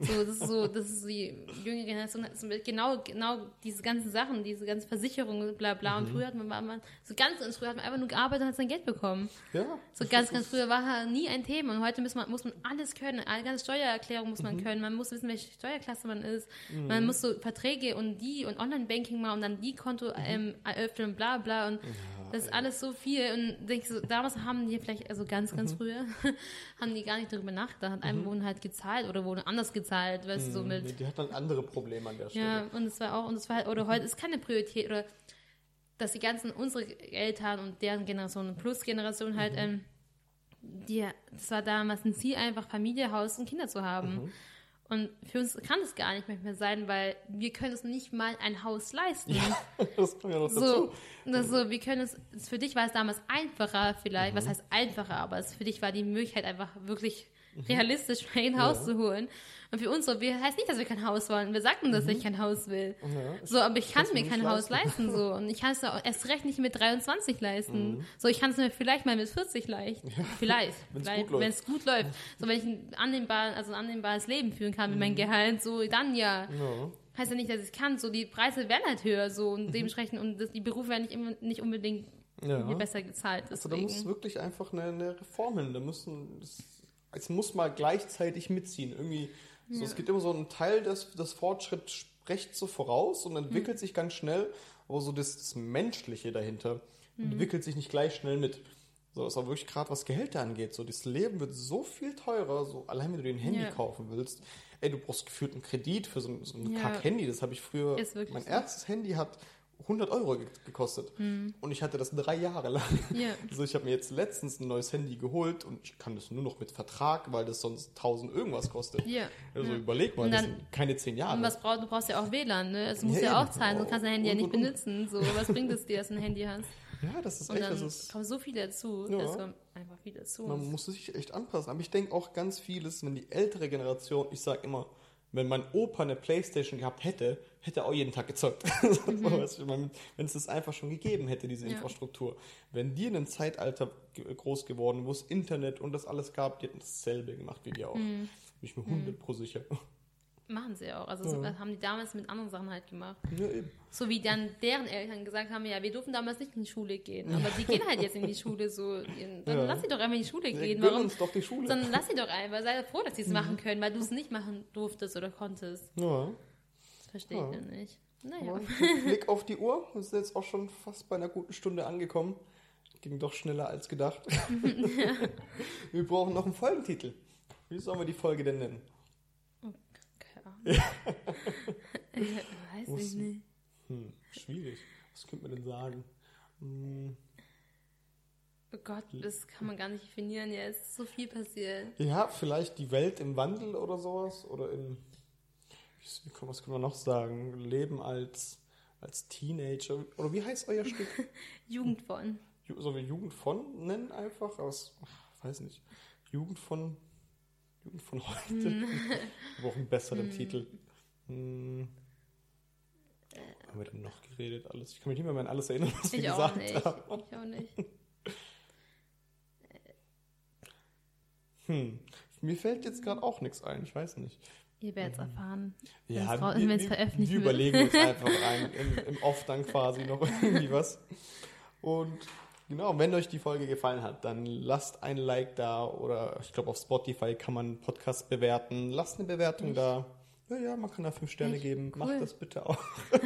Das ist die jüngere Generation, genau diese ganzen Sachen, diese ganzen Versicherungen, bla bla. Und früher hat man früher hat man einfach nur gearbeitet und hat sein Geld bekommen.
Ja.
So ganz früher war nie ein Thema und heute muss man alles können. Eine ganze Steuererklärung muss man können. Man muss wissen, welche Steuerklasse man ist. Man muss so Verträge und Online-Banking machen und dann die Konto eröffnen, bla bla. Und das ist alles so viel. Und denkst so, damals haben die vielleicht, also ganz früher, haben die gar nicht darüber nachgedacht. Einem wurden halt gezahlt oder wurden anders gezahlt, weißt du, so mit.
Die hat dann andere Probleme an der Stelle.
Ja, oder heute ist keine Priorität, oder dass unsere Eltern und deren Generation, Plus-Generation halt, das war damals ein Ziel, einfach Familie, Haus und Kinder zu haben. Und für uns kann es gar nicht mehr sein, weil wir können uns nicht mal ein Haus leisten.
Ja, das kommt ja noch dazu.
Wir können für dich war es damals einfacher vielleicht, was heißt einfacher, aber für dich war die Möglichkeit einfach wirklich realistisch ein Haus zu holen. Und für uns so, heißt nicht, dass wir kein Haus wollen. Wir sagten, dass ich kein Haus will. Ja, aber ich kann mir kein Haus leisten. So. Und ich kann es erst recht nicht mit 23 leisten. So, ich kann es mir vielleicht mal mit 40 leisten. Ja, vielleicht. Wenn es gut läuft. So, wenn ich ein annehmbares Leben führen kann mit meinem Gehalt, so, dann ja. Heißt ja nicht, dass ich kann. So, die Preise werden halt höher. So, und dementsprechend, und die Berufe werden nicht unbedingt besser gezahlt.
Also, da muss wirklich einfach eine Reform hin. Es muss mal gleichzeitig mitziehen. Irgendwie, so, es gibt immer so einen Teil des Fortschritts spricht so voraus und entwickelt sich ganz schnell, aber so das Menschliche dahinter entwickelt sich nicht gleich schnell mit. So ist auch wirklich gerade, was Gehälter angeht. So, das Leben wird so viel teurer, so allein wenn du dir ein Handy kaufen willst. Ey, du brauchst gefühlt einen Kredit für so ein Kack-Handy. Das habe ich früher. Mein erstes Handy hat 100 Euro gekostet. Und ich hatte das 3 Jahre lang. Ja. Also ich habe mir jetzt letztens ein neues Handy geholt und ich kann das nur noch mit Vertrag, weil das sonst 1000 irgendwas kostet. Ja. Also überleg mal, das sind keine 10 Jahre.
Und du brauchst ja auch WLAN, ne? Also du musst ja auch zahlen, du kannst dein Handy ja nicht benutzen. So, was bringt es dir, dass du ein Handy hast?
Ja, das ist
und
echt.
Dann kommen so viele dazu.
Ja.
Das kommt einfach viel dazu.
Man muss sich echt anpassen. Aber ich denke auch ganz vieles, wenn die ältere Generation, ich sag immer, wenn mein Opa eine Playstation gehabt hätte, hätte er auch jeden Tag gezockt. Wenn es das einfach schon gegeben hätte, diese Infrastruktur. Wenn die in einem Zeitalter groß geworden, wo es Internet und das alles gab, die hätten dasselbe gemacht wie wir auch. Bin ich mir 100% sicher.
Machen sie auch. Also so haben die damals mit anderen Sachen halt gemacht.
Ja, eben.
So wie dann deren Eltern gesagt haben, ja, wir durften damals nicht in die Schule gehen. Aber die gehen halt jetzt in die Schule so. Dann lass sie doch einfach in die Schule gehen.
Warum? Uns doch die Schule.
Dann lass sie doch einfach. Sei froh, dass sie es machen können, weil du es nicht machen durftest oder konntest.
Ja.
Das verstehe ich dann nicht. Naja.
Blick auf die Uhr. Wir sind jetzt auch schon fast bei einer guten Stunde angekommen. Ging doch schneller als gedacht. Wir brauchen noch einen Folgentitel. Wie sollen wir die Folge denn nennen?
Weiß ich nicht.
Schwierig. Was könnte man denn sagen?
Oh Gott, das kann man gar nicht definieren. Ja, es ist so viel passiert.
Ja, vielleicht die Welt im Wandel oder sowas. Oder was können wir noch sagen? Leben als Teenager. Oder wie heißt euer Stück?
Jugend von.
Sollen wir Jugend von nennen einfach? Weiß nicht. Jugend von von heute. Aber auch einen besseren Titel. Haben wir denn noch geredet? Alles? Ich kann mich nicht mehr an alles erinnern, was wir gesagt haben.
Ich auch nicht.
Mir fällt jetzt gerade auch nichts ein. Ich weiß nicht.
Ihr werdet es erfahren,
Ja,
wenn es veröffentlicht
wir
wird.
überlegen uns einfach ein, im Off dann quasi noch irgendwie was. Und genau, wenn euch die Folge gefallen hat, dann lasst ein Like da oder ich glaube auf Spotify kann man einen Podcast bewerten. Lasst eine Bewertung da. Ja, man kann da 5 Sterne geben.
Cool.
Macht das bitte auch.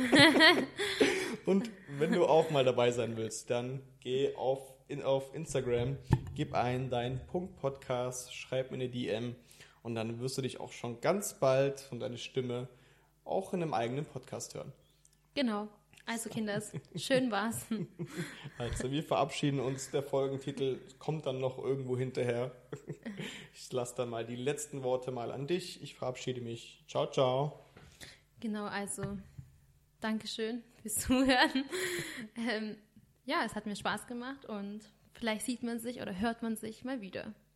Und wenn du auch mal dabei sein willst, dann geh auf Instagram, gib ein deinen Podcast, schreib mir eine DM und dann wirst du dich auch schon ganz bald von deiner Stimme auch in einem eigenen Podcast hören.
Genau. Also Kinders, schön war's.
Also wir verabschieden uns. Der Folgentitel kommt dann noch irgendwo hinterher. Ich lasse dann mal die letzten Worte mal an dich. Ich verabschiede mich. Ciao, ciao.
Genau, also Dankeschön fürs Zuhören. Ja, es hat mir Spaß gemacht und vielleicht sieht man sich oder hört man sich mal wieder.